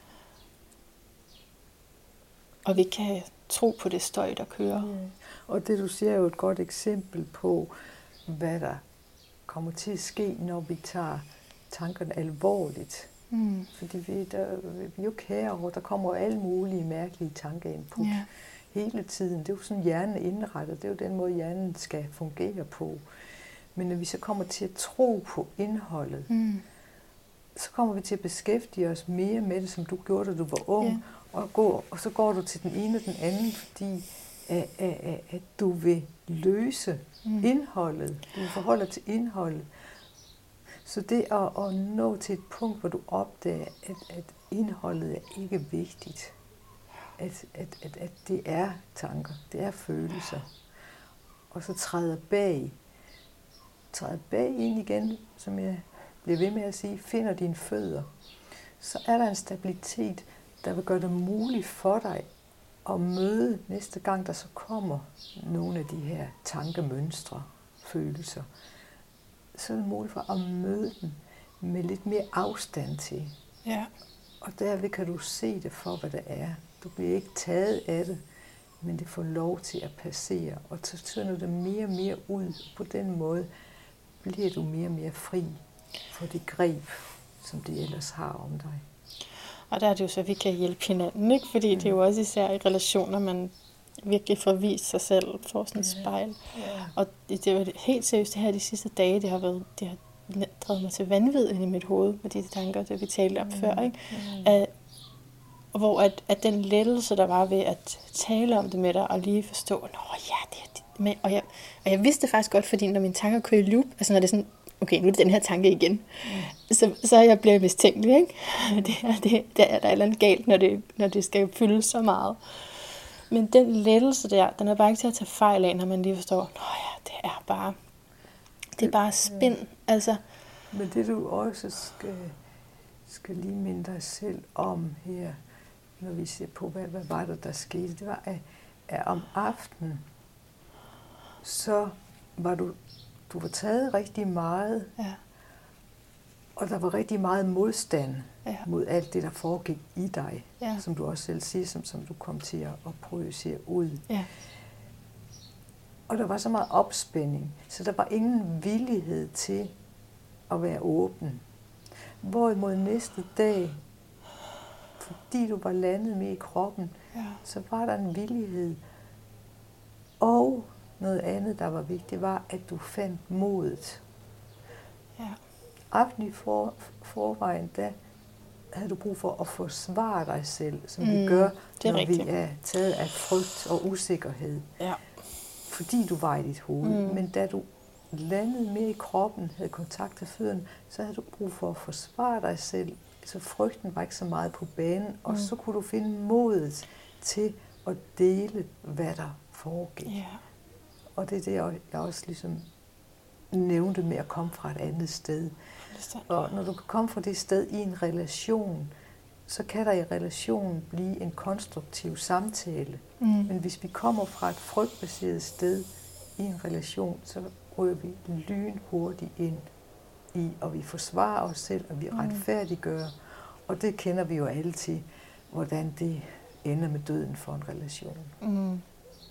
S1: Og vi kan tro på det støj, der kører.
S2: Ja. Og det, du siger, er jo et godt eksempel på, hvad der kommer til at ske, når vi tager tankerne alvorligt. Mm. Fordi vi, der, vi er jo kære over, der kommer alle mulige mærkelige tankeinput. Ja. Hele tiden. Det er jo sådan, hjernen er indrettet. Det er jo den måde, hjernen skal fungere på. Men når vi så kommer til at tro på indholdet, mm. så kommer vi til at beskæftige os mere med det, som du gjorde, da du var ung. Yeah. Og, gå, og så går du til den ene og den anden, fordi at, at, at du vil løse mm. indholdet. Du forholder til indholdet. Så det at, at nå til et punkt, hvor du opdager, at, at indholdet er ikke vigtigt. At, at, at, at det er tanker, det er følelser. Og så træder bag, træder bag ind igen, som jeg bliver ved med at sige, finder dine fødder. Så er der en stabilitet, der vil gøre det muligt for dig at møde næste gang, der så kommer nogle af de her tankemønstre, følelser, så er det muligt for at møde dem med lidt mere afstand til.
S1: Ja.
S2: Og derved kan du se det for, hvad det er. Du bliver ikke taget af det, men det får lov til at passere. Og så tønder det mere og mere ud. På den måde bliver du mere og mere fri for det greb, som det ellers har om dig. Og
S1: der er det jo så, at vi kan hjælpe hinanden, ikke? Fordi mm. det er jo også især i relationer, man virkelig får vist sig selv, får sådan et spejl.
S2: Ja.
S1: Og det, det var helt seriøst det her de sidste dage, det har været, det har drevet mig til vanvid ind i mit hoved med de tanker, det vi talte om mm. før, ikke? Mm. At, hvor at, at den lettelse, der var ved at tale om det med dig, og lige forstå, nå ja, det er det. Men, og, jeg, og jeg vidste det faktisk godt, fordi når mine tanker kører i loop, altså når det er sådan, okay, nu er det den her tanke igen, mm. så, så jeg bliver mistænkelig, ikke? Det er, det, der er der et eller andet galt, når det, når det skal fylde så meget. Men den lettelse der, den er bare ikke til at tage fejl af, når man lige forstår, nå ja, det er bare, det er bare spind, ja. Altså.
S2: Men det du også skal, skal lige minde dig selv om her, når vi ser på, hvad, hvad var det, der skete, det var, at, at om aftenen, så var du, du var taget rigtig meget,
S1: ja.
S2: Og der var rigtig meget modstand
S1: ja.
S2: mod alt det, der foregik i dig,
S1: ja.
S2: som du også selv siger, som, som du kom til at, at projicere ud.
S1: Ja.
S2: Og der var så meget opspænding, så der var ingen villighed til at være åben. Hvorimod næste dag, fordi du var landet med i kroppen,
S1: ja.
S2: så var der en villighed. Og noget andet, der var vigtigt, var, at du fandt modet.
S1: Ja.
S2: Aften i for, forvejen, der havde du brug for at forsvare dig selv, som mm, vi gør, når rigtigt. Vi er taget af frygt og usikkerhed.
S1: Ja.
S2: Fordi du var i dit hoved. Mm. Men da du landede mere i kroppen, havde kontakt til fødderne, så havde du brug for at forsvare dig selv. Så frygten var ikke så meget på banen, og mm. så kunne du finde modet til at dele, hvad der foregik.
S1: Yeah.
S2: Og det er det, jeg også ligesom nævnte med at komme fra et andet sted. Og når du kan komme fra det sted i en relation, så kan der i relationen blive en konstruktiv samtale. Mm. Men hvis vi kommer fra et frygtbaseret sted i en relation, så ryger vi lynhurtigt ind i, og vi forsvarer os selv, og vi retfærdiggør. Og det kender vi jo alle til, hvordan det ender med døden for en relation.
S1: Mm.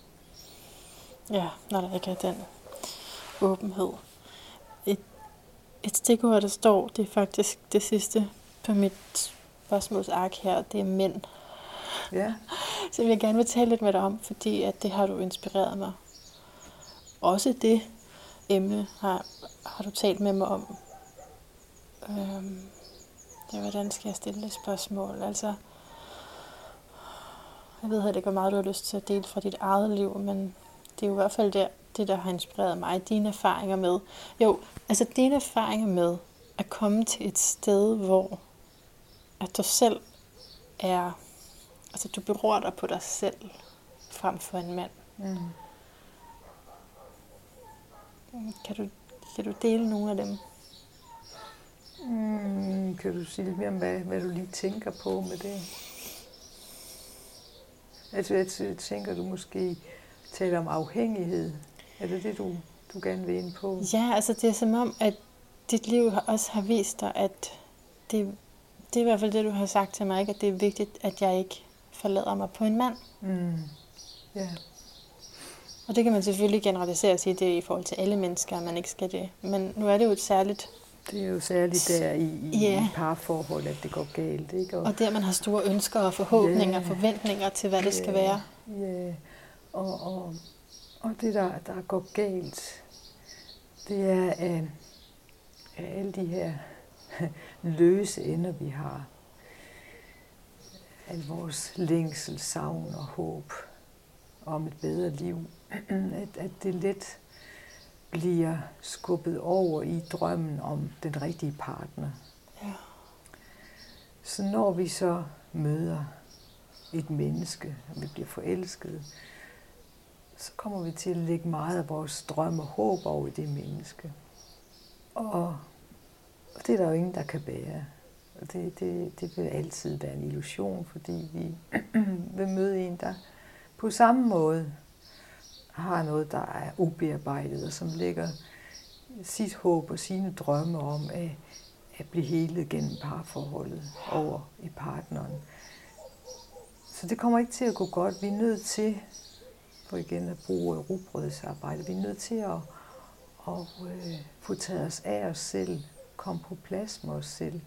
S1: Ja, når der ikke er den åbenhed. Et, et stikord, der står, det er faktisk det sidste på mit spørgsmålsark her, det er mænd.
S2: Ja.
S1: Så jeg gerne vil tale lidt med dig om, fordi at det har du inspireret mig. Også det emne har, har du talt med mig om. Øhm, ja, hvordan skal jeg stille det spørgsmål? Altså, jeg ved ikke, hvor meget du har lyst til at dele fra dit eget liv, men det er jo i hvert fald der, det, der har inspireret mig. Dine erfaringer med. Jo, altså dine erfaringer med at komme til et sted, hvor at du selv er, altså du beror dig på dig selv, frem for en mand. Mm. Kan du, kan du dele nogle af dem?
S2: Mm, kan du sige lidt mere om, hvad, hvad du lige tænker på med det? Altså, jeg tænker, du måske taler om afhængighed. Er det det, du, du gerne vil ind på?
S1: Ja, altså det er som om, at dit liv også har vist dig, at det, det er i hvert fald det, du har sagt til mig, ikke? At det er vigtigt, at jeg ikke forlader mig på en mand.
S2: Mm. Yeah.
S1: Og det kan man selvfølgelig generalisere og sige, det er i forhold til alle mennesker, at man ikke skal det. Men nu er det jo et særligt...
S2: Det er jo særligt der i, i yeah. parforhold, at det går galt, ikke?
S1: Og, og der man har store ønsker og forhåbninger og yeah. forventninger til, hvad det yeah. skal være.
S2: Ja, yeah. og, og, og det der, der går galt, det er at, at alle de her løse ender, vi har. Al vores længsel, savn og håb om et bedre liv, at, at det let bliver skubbet over i drømmen om den rigtige partner.
S1: Ja.
S2: Så når vi så møder et menneske, og vi bliver forelskede, så kommer vi til at lægge meget af vores drøm og håb over i det menneske. Og, og det er der jo ingen, der kan bære. Og det, det, det vil altid være en illusion, fordi vi vil møde en, der på samme måde har noget, der er ubearbejdet, og som lægger sit håb og sine drømme om at, at blive helet gennem parforholdet over i partneren. Så det kommer ikke til at gå godt. Vi er nødt til, for igen at bruge rugbrødsarbejde, vi er nødt til at, at øh, få taget os af os selv, komme på plads med os selv,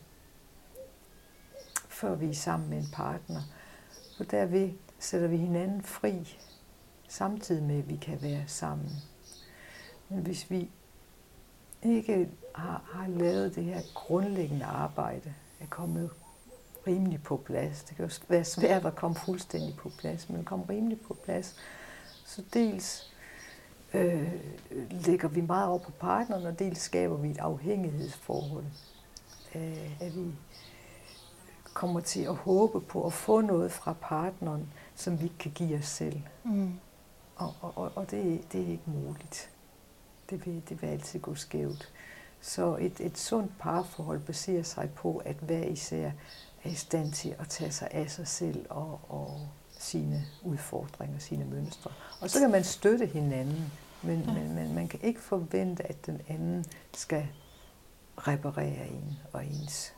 S2: før vi er sammen med en partner. For derved sætter vi hinanden fri, samtidig med, at vi kan være sammen. Men hvis vi ikke har, har lavet det her grundlæggende arbejde, at komme rimelig på plads, det kan jo være svært at komme fuldstændig på plads, men komme rimelig på plads, så dels øh, lægger vi meget over på partneren, og dels skaber vi et afhængighedsforhold. Øh, at vi kommer til at håbe på at få noget fra partneren, som vi ikke kan give os selv. Mm. Og, og, og det, det er ikke muligt. Det vil, det vil altid gå skævt. Så et, et sundt parforhold baserer sig på, at hver især er i stand til at tage sig af sig selv og, og sine udfordringer, sine mønstre. Og så kan man støtte hinanden, men, ja. men, men man kan ikke forvente, at den anden skal reparere en og ens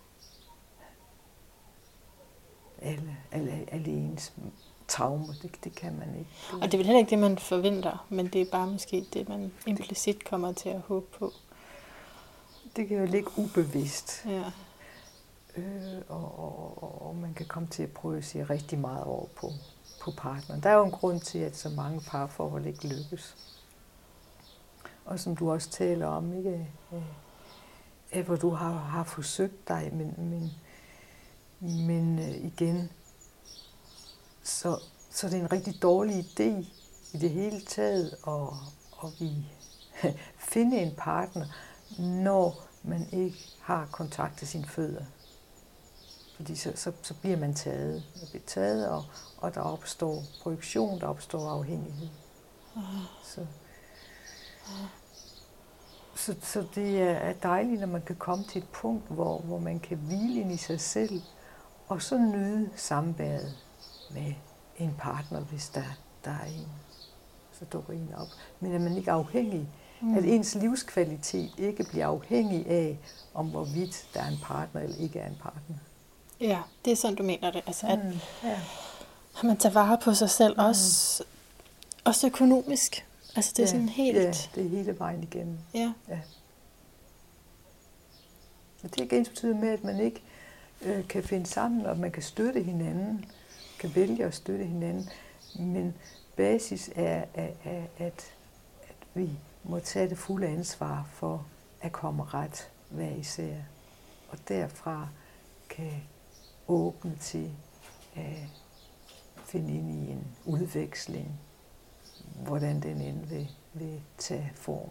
S2: alle, alle, alle ens traumer. Det, det kan man ikke.
S1: Og det er vel heller ikke det, man forventer, men det er bare måske det, man implicit kommer til at håbe på.
S2: Det kan jo ligge ubevidst.
S1: Ja.
S2: Øh, og, og, og, og man kan komme til at prøve at sige rigtig meget over på, på partneren. Der er jo en grund til, at så mange parforhold ikke lykkes. Og som du også taler om, ikke? Æh, hvor du har, har forsøgt dig, men, men, men øh, igen, så, så det er en rigtig dårlig idé i det hele taget at, at vi finde en partner, når man ikke har kontakt til sine fødder. Fordi så, så, så bliver man taget. Man bliver taget, og, og der opstår projektion, der opstår afhængighed. Så, så, så det er dejligt, når man kan komme til et punkt, hvor, hvor man kan hvile ind i sig selv, og så nyde samværet med en partner, hvis der, der er en. Så dukker en op. Men er man ikke afhængig, mm. at ens livskvalitet ikke bliver afhængig af, om hvorvidt der er en partner eller ikke er en partner.
S1: Ja, det er sådan, du mener det. Altså, at,
S2: mm, ja.
S1: at man tager vare på sig selv, mm. også, også økonomisk. Altså, det er
S2: ja,
S1: sådan helt...
S2: Ja, det er hele vejen igennem.
S1: Ja.
S2: ja. Og det er ikke ens betydet med, at man ikke øh, kan finde sammen, og man kan støtte hinanden, kan vælge at støtte hinanden, men basis er, er, er at, at vi må tage det fulde ansvar for at komme ret hver især. Og derfra kan åbne til at finde ind i en udveksling, hvordan den end vil, vil tage form.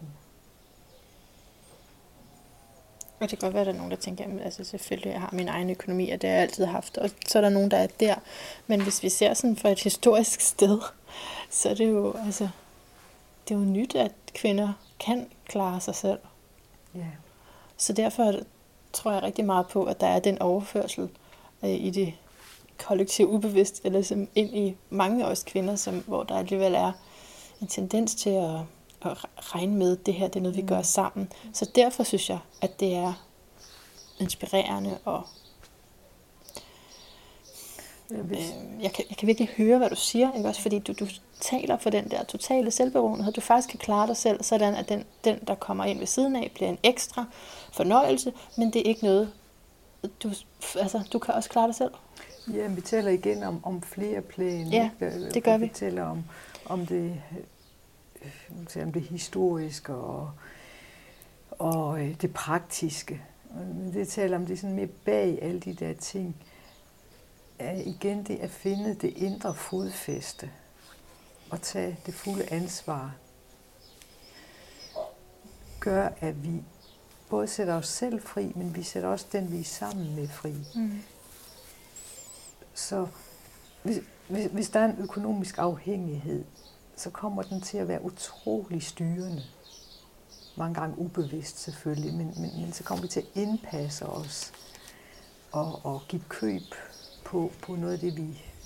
S1: Og det kan godt være, at der er nogen, der tænker, at altså, selvfølgelig jeg har min egen økonomi, og det har jeg altid haft. Og så er der nogen, der er der. Men hvis vi ser sådan fra et historisk sted, så er det jo, altså, det er jo nyt, at kvinder kan klare sig selv.
S2: Yeah.
S1: Så derfor tror jeg rigtig meget på, at der er den overførsel øh, i det kollektive ubevidst, eller som ind i mange af os kvinder, som, hvor der alligevel er en tendens til at, at regne med, at det her det er noget, vi gør sammen. Så derfor synes jeg, at det er inspirerende, og øh, jeg, kan, jeg kan virkelig høre, hvad du siger, ikke også? Fordi du, du taler for den der totale selvbevågenhed, du faktisk kan klare dig selv, sådan at den, den, der kommer ind ved siden af, bliver en ekstra fornøjelse, men det er ikke noget, du, altså, du kan også klare dig selv.
S2: Ja, vi taler igen om, om flere plan.
S1: Ja, det gør vi.
S2: Vi taler om, om, det, om det historiske og, og det praktiske. Det taler om det sådan mere bag alle de der ting. Igen det at finde det indre fodfæste og tage det fulde ansvar. Gør, at vi både sætter os selv fri, men vi sætter også den, vi er sammen med, fri. Mm. Så hvis, hvis, hvis der er en økonomisk afhængighed, så kommer den til at være utrolig styrende. Mange gange ubevidst selvfølgelig, men, men, men så kommer vi til at indpasse os og, og give køb på, på noget af det, vi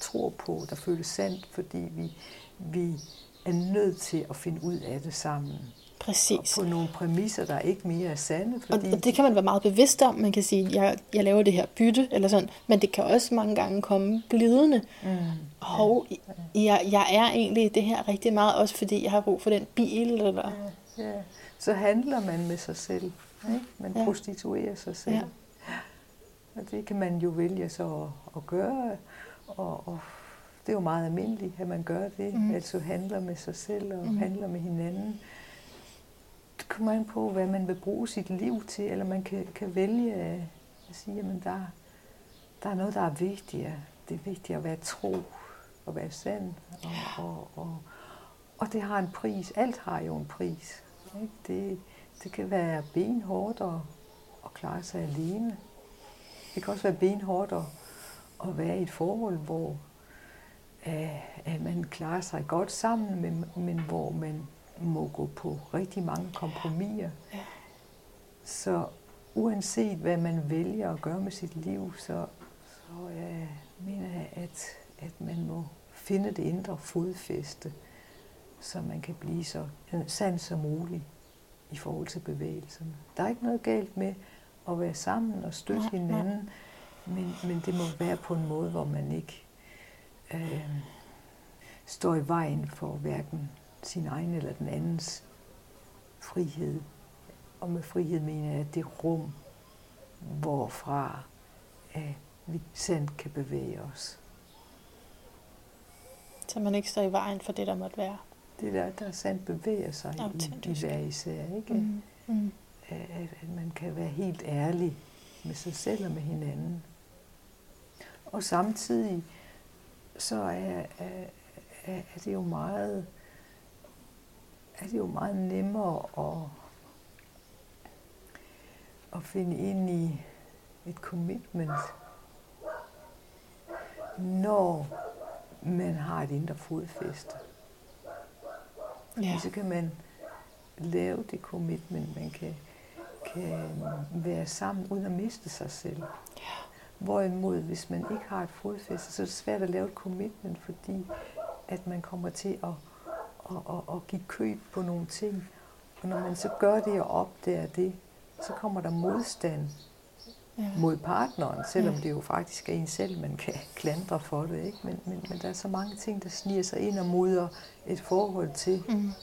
S2: tror på, der føles sandt, fordi vi, vi er nødt til at finde ud af det sammen.
S1: Præcis.
S2: Og på nogle præmisser, der ikke mere er sande. Fordi
S1: og det kan man være meget bevidst om. Man kan sige, jeg, jeg laver det her bytte, eller sådan. Men det kan også mange gange komme glidende. Mm. Og ja. jeg, jeg er egentlig det her rigtig meget, også fordi jeg har brug for den bil. Eller...
S2: Ja, ja. Så handler man med sig selv. Ikke? Man ja. prostituerer sig selv. Ja. Og det kan man jo vælge så at, at gøre. Og, og det er jo meget almindeligt, at man gør det. Mm. Altså handler med sig selv og mm. handler med hinanden. Det kommer an på, hvad man vil bruge sit liv til, eller man kan, kan vælge at sige, at der, der er noget, der er vigtigere. Det er vigtigt at være tro og være sand. Og, og, og, og det har en pris. Alt har jo en pris. Ikke? Det, det kan være benhårdt at, at klare sig alene. Det kan også være benhårdt at, at være i et forhold, hvor at man klarer sig godt sammen, men, men hvor man må gå på rigtig mange kompromiser. Ja. Så uanset hvad man vælger at gøre med sit liv, så, så uh, mener jeg, at, at man må finde det indre fodfæste, så man kan blive så sand som muligt i forhold til bevægelserne. Der er ikke noget galt med at være sammen og støtte ja, hinanden, ja. Men, men det må være på en måde, hvor man ikke øh, står i vejen for hverken sin egen eller den andens frihed. Og med frihed mener jeg det rum, hvorfra øh, vi sandt kan bevæge os.
S1: Så man ikke står i vejen for det, der måtte være.
S2: Det der, der sandt bevæger sig i, i hver især, ikke? Mm. Mm. At, at man kan være helt ærlig med sig selv og med hinanden. Og samtidig så er, er, er det jo meget er det jo meget nemmere at, at finde ind i et commitment, når man har et indre fodfæste. Ja. Så kan man lave det commitment, man kan, kan være sammen uden at miste sig selv. Ja. Hvorimod, hvis man ikke har et fodfæste, så er det svært at lave et commitment, fordi at man kommer til at, at, at, at give køb på nogle ting. Og når man så gør det og opdager det, så kommer der modstand ja. mod partneren, selvom ja. det jo faktisk er en selv, man kan klandre for det. Ikke? Men, men, men der er så mange ting, der sniger sig ind og modder et forhold til. Mm.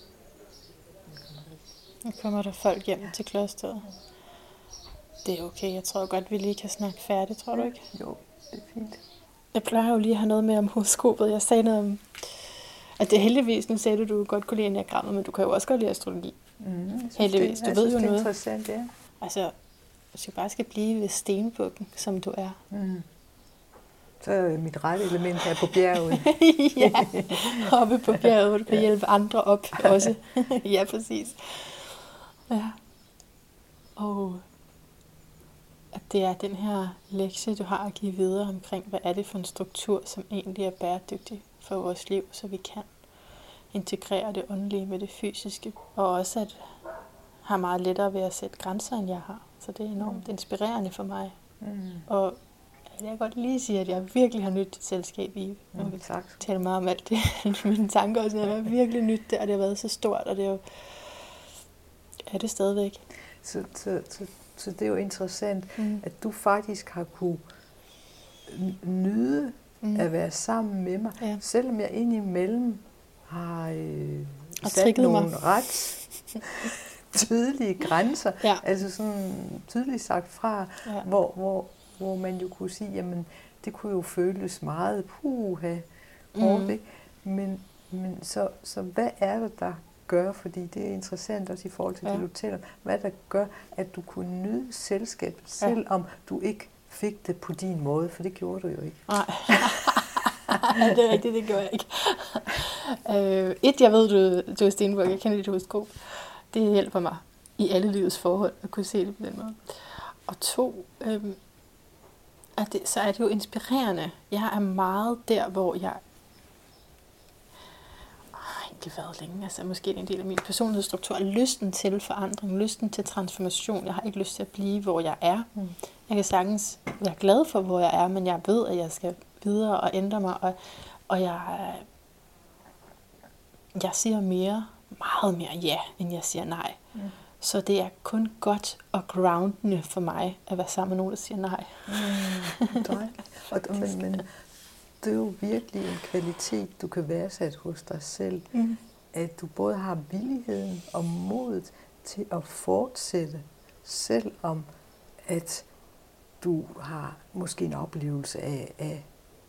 S1: Nu kommer der folk hjem ja. til klosteret. Det er okay, jeg tror godt, vi lige kan snakke færdigt, tror du ikke?
S2: Jo, det er fint.
S1: Jeg plejer jo lige at have noget med om horoskopet. Jeg sagde noget om, at det heldigvis, nu sagde du, du godt kunne lide enagrammet, men du kan jo også godt lide astrologi.
S2: Mm,
S1: heldigvis,
S2: det,
S1: du ved jo
S2: det er
S1: noget.
S2: Interessant, ja.
S1: Altså, hvis du bare skal blive ved stenbukken, som du er.
S2: Mm. Så er mit rette element her på bjerget.
S1: Ja, oppe på bjerget, hvor du kan ja. hjælpe andre op også. Ja, præcis. Ja. Og at det er den her lektie, du har at give videre omkring, hvad er det for en struktur, som egentlig er bæredygtig for vores liv, så vi kan integrere det åndelige med det fysiske, og også at har meget lettere ved at sætte grænser, end jeg har. Så det er enormt inspirerende for mig. Mm. Og jeg kan godt lige sige, at jeg virkelig har nydt dit selskab i. Nu
S2: mm, tak.
S1: Tale meget om alt det. Mine tanker også. Jeg har virkelig nydt det, og det har været så stort, og det er jo er det stadigvæk.
S2: Så, så, så, så det er jo interessant, mm. at du faktisk har kunne nyde mm. at være sammen med mig, ja. selvom jeg indimellem har øh, sat nogle mig. ret tydelige grænser, ja. altså sådan tydeligt sagt fra, ja. hvor, hvor, hvor man jo kunne sige, jamen det kunne jo føles meget puha, hårdt, mm. ikke? Men, men så, så hvad er det, der gør, fordi det er interessant også i forhold til ja. det, du taler, hvad der gør, at du kunne nyde selskabet, selvom ja. du ikke fik det på din måde, for det gjorde du jo ikke.
S1: Nej, det er rigtigt, det gjorde jeg ikke. øh, et, jeg ved, du, du er stenbuk, jeg kender dit horoskop. Det hjælper mig i alle livets forhold at kunne se det på den måde. Og to, øh, at det, så er det jo inspirerende. Jeg er meget der, hvor jeg det har været længe, altså måske en del af min personlighedsstruktur, lysten til forandring, lysten til transformation. Jeg har ikke lyst til at blive, hvor jeg er. Mm. Jeg kan sagtens være glad for, hvor jeg er, men jeg ved, at jeg skal videre og ændre mig, og, og jeg, jeg siger mere, meget mere ja, end jeg siger nej. Mm. Så det er kun godt og groundende for mig at være sammen med nogen, der siger nej.
S2: Mm, og, men, men det er jo virkelig en kvalitet, du kan værdsætte hos dig selv. Mm. At du både har villigheden og modet til at fortsætte, selvom at du har måske en oplevelse af at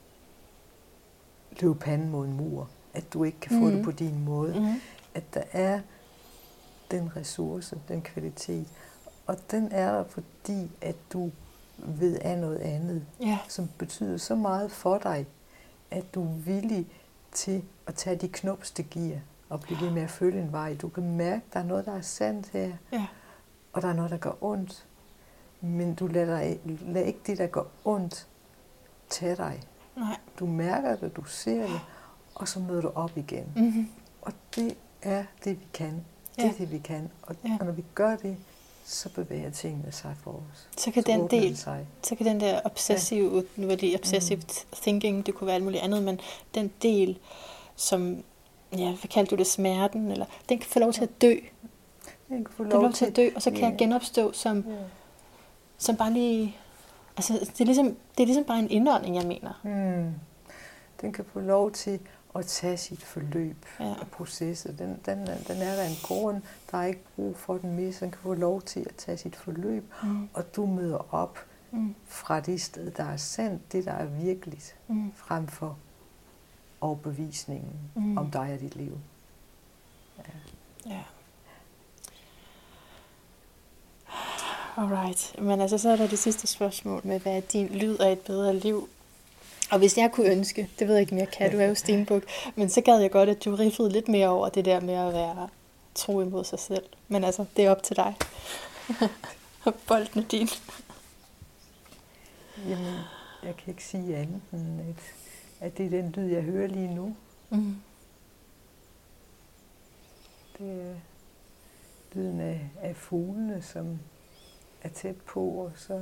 S2: løbe panden mod en mur. At du ikke kan få mm. det på din måde. Mm. At der er den ressource, den kvalitet. Og den er der, fordi at du ved af noget andet, yeah. som betyder så meget for dig, at du er villig til at tage de knupste gear og blive ved med at følge en vej. Du kan mærke, at der er noget, der er sandt her, yeah. og der er noget, der gør ondt. Men du lader, dig, lader ikke det, der gør ondt, tage dig. Nej. Du mærker det, du ser det, og så møder du op igen. Mm-hmm. Og det er det, vi kan. Det er ja. det, vi kan. Og, ja. og når vi gør det, så bevæger tingene sig for os.
S1: Så kan, så den, del, så kan den der obsessive, ja. nu var det obsessive mm. thinking, det kunne være alt muligt andet, men den del, som, ja, hvad kaldte du det, smerten, eller, den kan få lov til at dø.
S2: Den kan få lov,
S1: den lov
S2: til
S1: at dø, og så kan ja. jeg genopstå som, ja. som bare lige, altså det er, ligesom, det er ligesom bare en indånding, jeg mener.
S2: Mm. Den kan få lov til at tage sit forløb ja. og processe. Den, den, den er der en grund, der er ikke brug for den mere, så den kan få lov til at tage sit forløb, mm. og du møder op mm. fra det sted, der er sandt, det der er virkeligt, mm. frem for overbevisningen mm. om dig og dit liv. Ja.
S1: ja. Alright, men altså så er der det sidste spørgsmål med, hvad er din lyd af et bedre liv? Og hvis jeg kunne ønske, det ved jeg ikke, om jeg kan, du er jo stenbuk, men så gad jeg godt, at du riffede lidt mere over det der med at være tro imod sig selv. Men altså, det er op til dig. Bolden er din.
S2: Jamen, jeg kan ikke sige andet end, at, at det er den lyd, jeg hører lige nu. Mm. Det er lyden af, af fuglene, som er tæt på, og så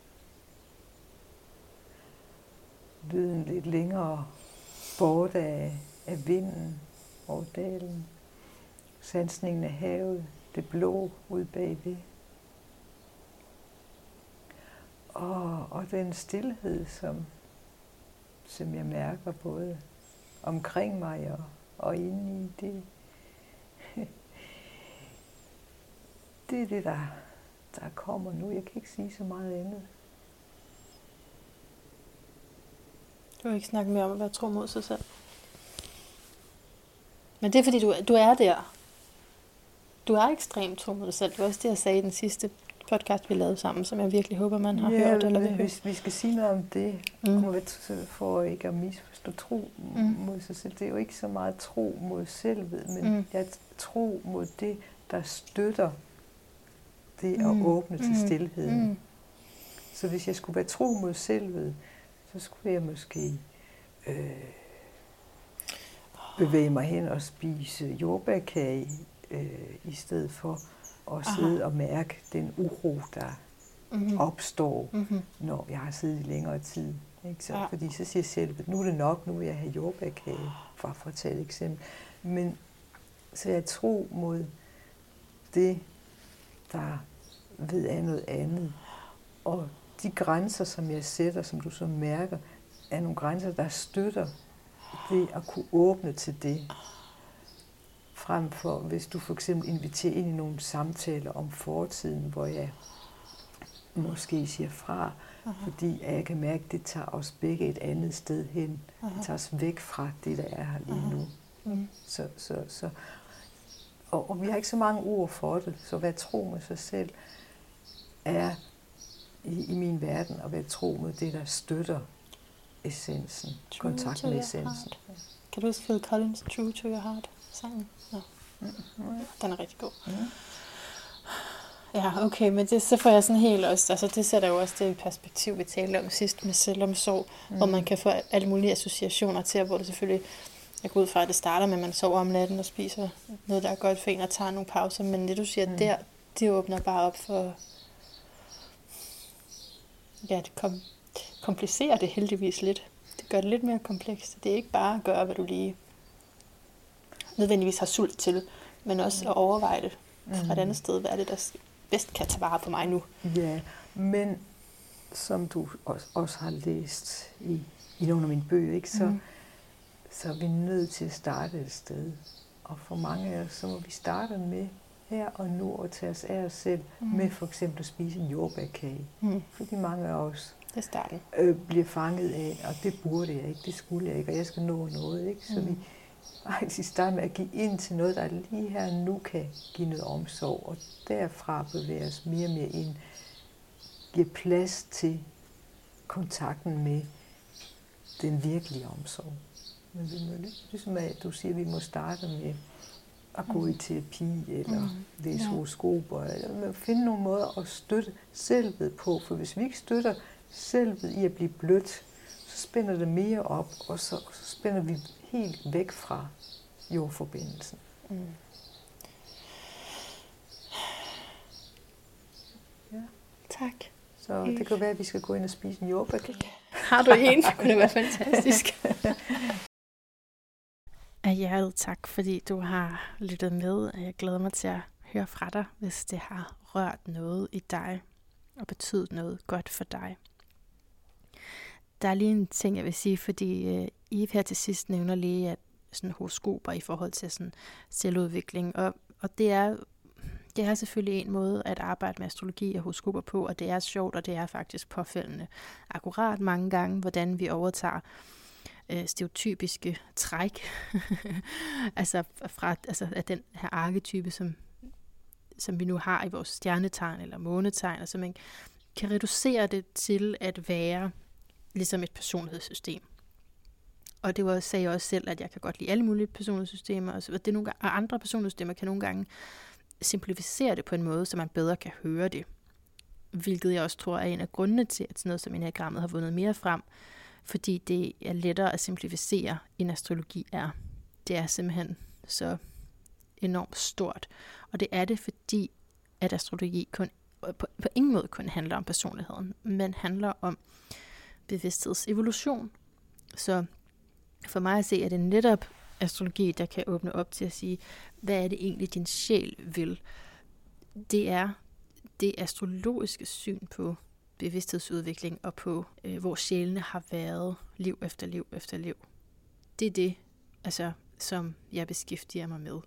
S2: lyden lidt længere bort af, af vinden over dalen. Sansningen af havet, det blå ude bagved. Og, og den stilhed, som, som jeg mærker både omkring mig og, og inde i det. Det er det, der, der kommer nu. Jeg kan ikke sige så meget andet.
S1: Du vil ikke snakke mere om at være tro mod sig selv. Men det er fordi, du, du er der. Du er ekstremt tro mod dig selv. Det var også det, jeg sagde i den sidste podcast, vi lavede sammen, som jeg virkelig håber, man har ja, hørt. Eller vil
S2: hvis vi skal sige noget om det, mm. for ikke at misforstå tro mm. mod sig selv. Det er jo ikke så meget tro mod selvet, men mm. jeg tro mod det, der støtter det mm. at åbne mm. til stilheden. Mm. Så hvis jeg skulle være tro mod selvet, så skulle jeg måske øh, bevæge mig hen og spise jordbærkage, øh, i stedet for at sidde Aha. og mærke den uro, der mm-hmm. opstår, mm-hmm. når jeg har siddet i længere tid. Ikke? Så, ja. Fordi så siger jeg selv, at nu er det nok, nu vil jeg have jordbærkage, for at tage et eksempel. Men så jeg tro mod det, der ved af noget andet. Og de grænser, som jeg sætter, som du så mærker, er nogle grænser, der støtter det at kunne åbne til det. Frem for, hvis du for eksempel inviterer ind i nogle samtaler om fortiden, hvor jeg måske siger fra, Aha. fordi jeg kan mærke, at det tager os begge et andet sted hen. Aha. Det tager os væk fra det, der er her lige nu. Mm. Så, så, så, og, og vi har ikke så mange ord for det, så hvad tro med sig selv er i, i min verden at være tro med det, der støtter essensen, true kontakt med essensen.
S1: Kan du huske Phil Collins' True to Your Heart? Sangen? Ja. Mm-hmm. Den er rigtig god. Mm. Ja, okay, men det, så får jeg sådan helt også, altså det sætter jo også det perspektiv, vi talte om sidst med selvomsorg, mm. hvor man kan få alle mulige associationer til, hvor det selvfølgelig, jeg går ud fra, at det starter med, at man sover om natten og spiser noget, der er godt for en, og tager nogle pauser, men det du siger mm. der, det åbner bare op for, ja, det kom, komplicerer det heldigvis lidt. Det gør det lidt mere komplekst. Det er ikke bare at gøre, hvad du lige nødvendigvis har sult til, men også mm. at overveje det fra et andet sted. Hvad er det, der bedst kan tage vare på mig nu?
S2: Ja, men som du også, også har læst i, i nogle af mine bøger, ikke, så, mm. så er vi nødt til at starte et sted. Og for mange af os, så må vi starte med her og nu og tage os af os selv mm. med for eksempel at spise en jordbærkage. Mm. Fordi mange af os
S1: det starten.
S2: Øh, bliver fanget af, og det burde jeg ikke, det skulle jeg ikke, og jeg skal nå noget. Ikke? Så mm. vi faktisk starter med at give ind til noget, der lige her nu kan give noget omsorg, og derfra bevæger os mere og mere ind, giver plads til kontakten med den virkelige omsorg. Men vi må, ligesom at du siger, at vi må starte med at gå i terapi, eller mm. læse ja. horoskoper, eller finde nogle måder at støtte selvet på, for hvis vi ikke støtter selvet i at blive blødt, så spænder det mere op, og så, så spænder vi helt væk fra jordforbindelsen. Mm. Ja.
S1: Tak.
S2: Så det kan være, at vi skal gå ind og spise en jordbærkage.
S1: Har du en? Det kunne det være fantastisk. Af hjertet tak, fordi du har lyttet med, og jeg glæder mig til at høre fra dig, hvis det har rørt noget i dig og betydet noget godt for dig. Der er lige en ting, jeg vil sige, fordi uh, Eve her til sidst nævner lige, at sådan horoskoper i forhold til sådan selvudvikling, og, og det er det er selvfølgelig en måde at arbejde med astrologi og horoskoper på, og det er sjovt, og det er faktisk påfældende akkurat mange gange, hvordan vi overtager øh, stereotypiske træk, altså fra altså af den her arketype, som, som vi nu har i vores stjernetegn eller månetegn, altså man kan reducere det til at være ligesom et personlighedssystem. Og det var, sagde jeg også selv, at jeg kan godt lide alle mulige personlighedssystemer, og det er nogle gange, og andre personlighedssystemer kan nogle gange simplificere det på en måde, så man bedre kan høre det. Hvilket jeg også tror er en af grundene til, at sådan noget som enagrammet har vundet mere frem, fordi det er lettere at simplificere, end astrologi er. Det er simpelthen så enormt stort. Og det er det, fordi at astrologi kun, på, på ingen måde kun handler om personligheden, men handler om bevidsthedsevolution. Så for mig at se, at det netop astrologi, der kan åbne op til at sige, hvad er det egentlig, din sjæl vil? Det er det astrologiske syn på bevidsthedsudvikling og på, øh, hvor sjælene har været liv efter liv efter liv. Det er det, altså, som jeg beskæftiger mig med.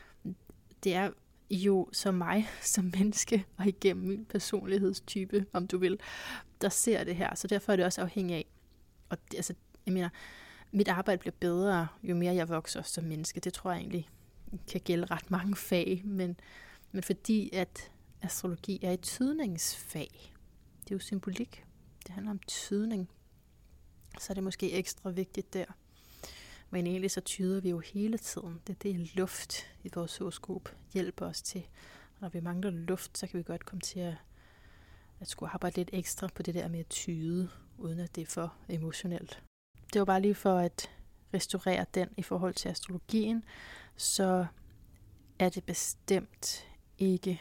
S1: Det er jo som mig, som menneske, og igennem min personlighedstype, om du vil, der ser det her. Så derfor er det også afhængigt af, og det, altså, jeg mener, mit arbejde bliver bedre, jo mere jeg vokser som menneske. Det tror jeg egentlig kan gælde ret mange fag, men, men fordi at astrologi er et tydningsfag, det er jo symbolik, det handler om tydning, så er det måske ekstra vigtigt der. Men egentlig så tyder vi jo hele tiden. Det er det luft i vores horoskop hjælper os til. Og når vi mangler luft, så kan vi godt komme til at, at skulle arbejde lidt ekstra på det der med at tyde, uden at det er for emotionelt. Det var bare lige for at restaurere den i forhold til astrologien, så er det bestemt ikke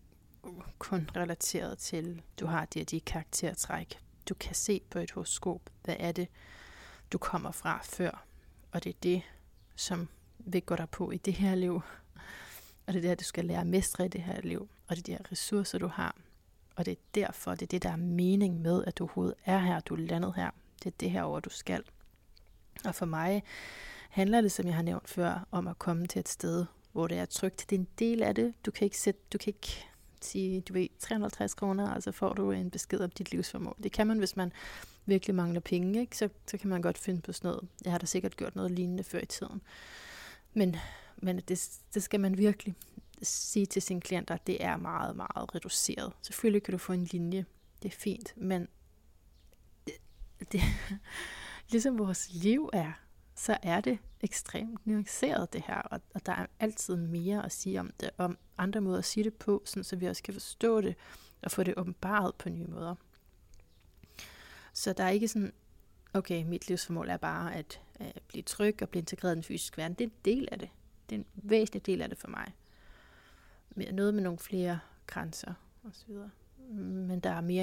S1: kun relateret til, du har de her de karaktertræk. Du kan se på et horoskop, hvad er det, du kommer fra før. Og det er det, som vil gå dig på i det her liv. Og det er det, du skal lære at mestre i det her liv. Og det er de her ressourcer, du har. Og det er derfor, det er det, der er mening med, at du overhovedet er her, du er landet her. Det er det her over, du skal. Og for mig handler det, som jeg har nævnt før, om at komme til et sted, hvor det er trygt. Det er en del af det. Du kan ikke, sætte, du kan ikke sige, du ved, tre hundrede og halvtreds kroner, og så får du en besked om dit livsformål. Det kan man, hvis man virkelig mangler penge, ikke? Så, så kan man godt finde på sådan noget. Jeg har da sikkert gjort noget lignende før i tiden. Men, men det, det skal man virkelig sige til sine klienter, at det er meget, meget reduceret. Selvfølgelig kan du få en linje. Det er fint, men det, det, ligesom vores liv er, så er det ekstremt nuanceret det her, og, og der er altid mere at sige om det, om andre måder at sige det på, sådan, så vi også kan forstå det, og få det åbenbaret på nye måder. Så der er ikke sådan, okay, mit livsformål er bare at, at blive tryg og blive integreret i den fysiske verden. Det er en del af det. Det er en væsentlig del af det for mig. Noget med nogle flere grænser osv. Men der er mere endnu.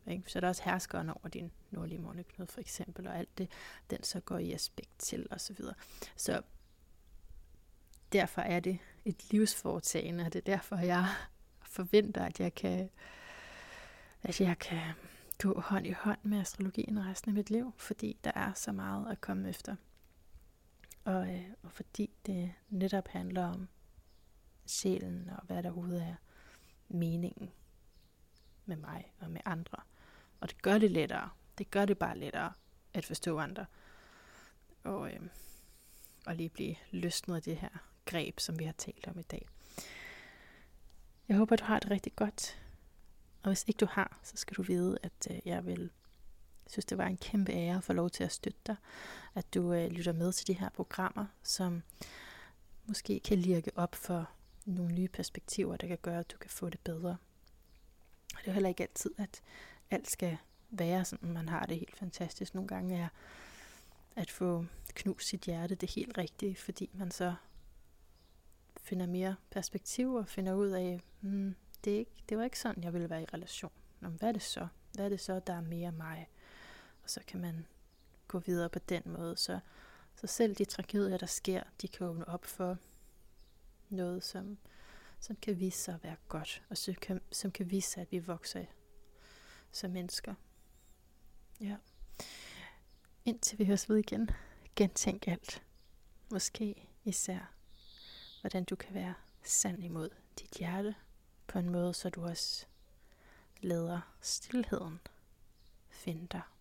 S1: Ikke? Så er der også herskeren over din nordlige måneknude for eksempel, og alt det, den så går i aspekt til og så videre. Så derfor er det et livsforetagende, og det er derfor, jeg forventer, at jeg kan, at jeg kan gå hånd i hånd med astrologien resten af mit liv, fordi der er så meget at komme efter. Og, øh, og fordi det netop handler om sjælen, og hvad der overhovedet er meningen med mig og med andre. Og det gør det lettere. Det gør det bare lettere at forstå andre. Og, øh, og lige blive løsnet af det her greb, som vi har talt om i dag. Jeg håber, du har det rigtig godt. Og hvis ikke du har, så skal du vide, at øh, jeg vil synes, det var en kæmpe ære at få lov til at støtte dig. At du øh, lytter med til de her programmer, som måske kan lirke op for nogle nye perspektiver, der kan gøre, at du kan få det bedre. Og det er heller ikke altid, at alt skal være sådan, man har det helt fantastisk. Nogle gange er at få knust sit hjerte det helt rigtige, fordi man så finder mere perspektiv og finder ud af, hmm, det, er ikke, det var ikke sådan, jeg ville være i relation. Nå, hvad er det så? Hvad er det så, der er mere mig? Og så kan man gå videre på den måde. Så, så selv de tragedier, der sker, de kan åbne op for noget, som, som kan vise sig at være godt, og som kan, som kan vise sig, at vi vokser som mennesker. Ja. Indtil vi høres ved igen, gentænk alt. Måske især, hvordan du kan være sand imod dit hjerte, på en måde, så du også lader stilheden finde dig.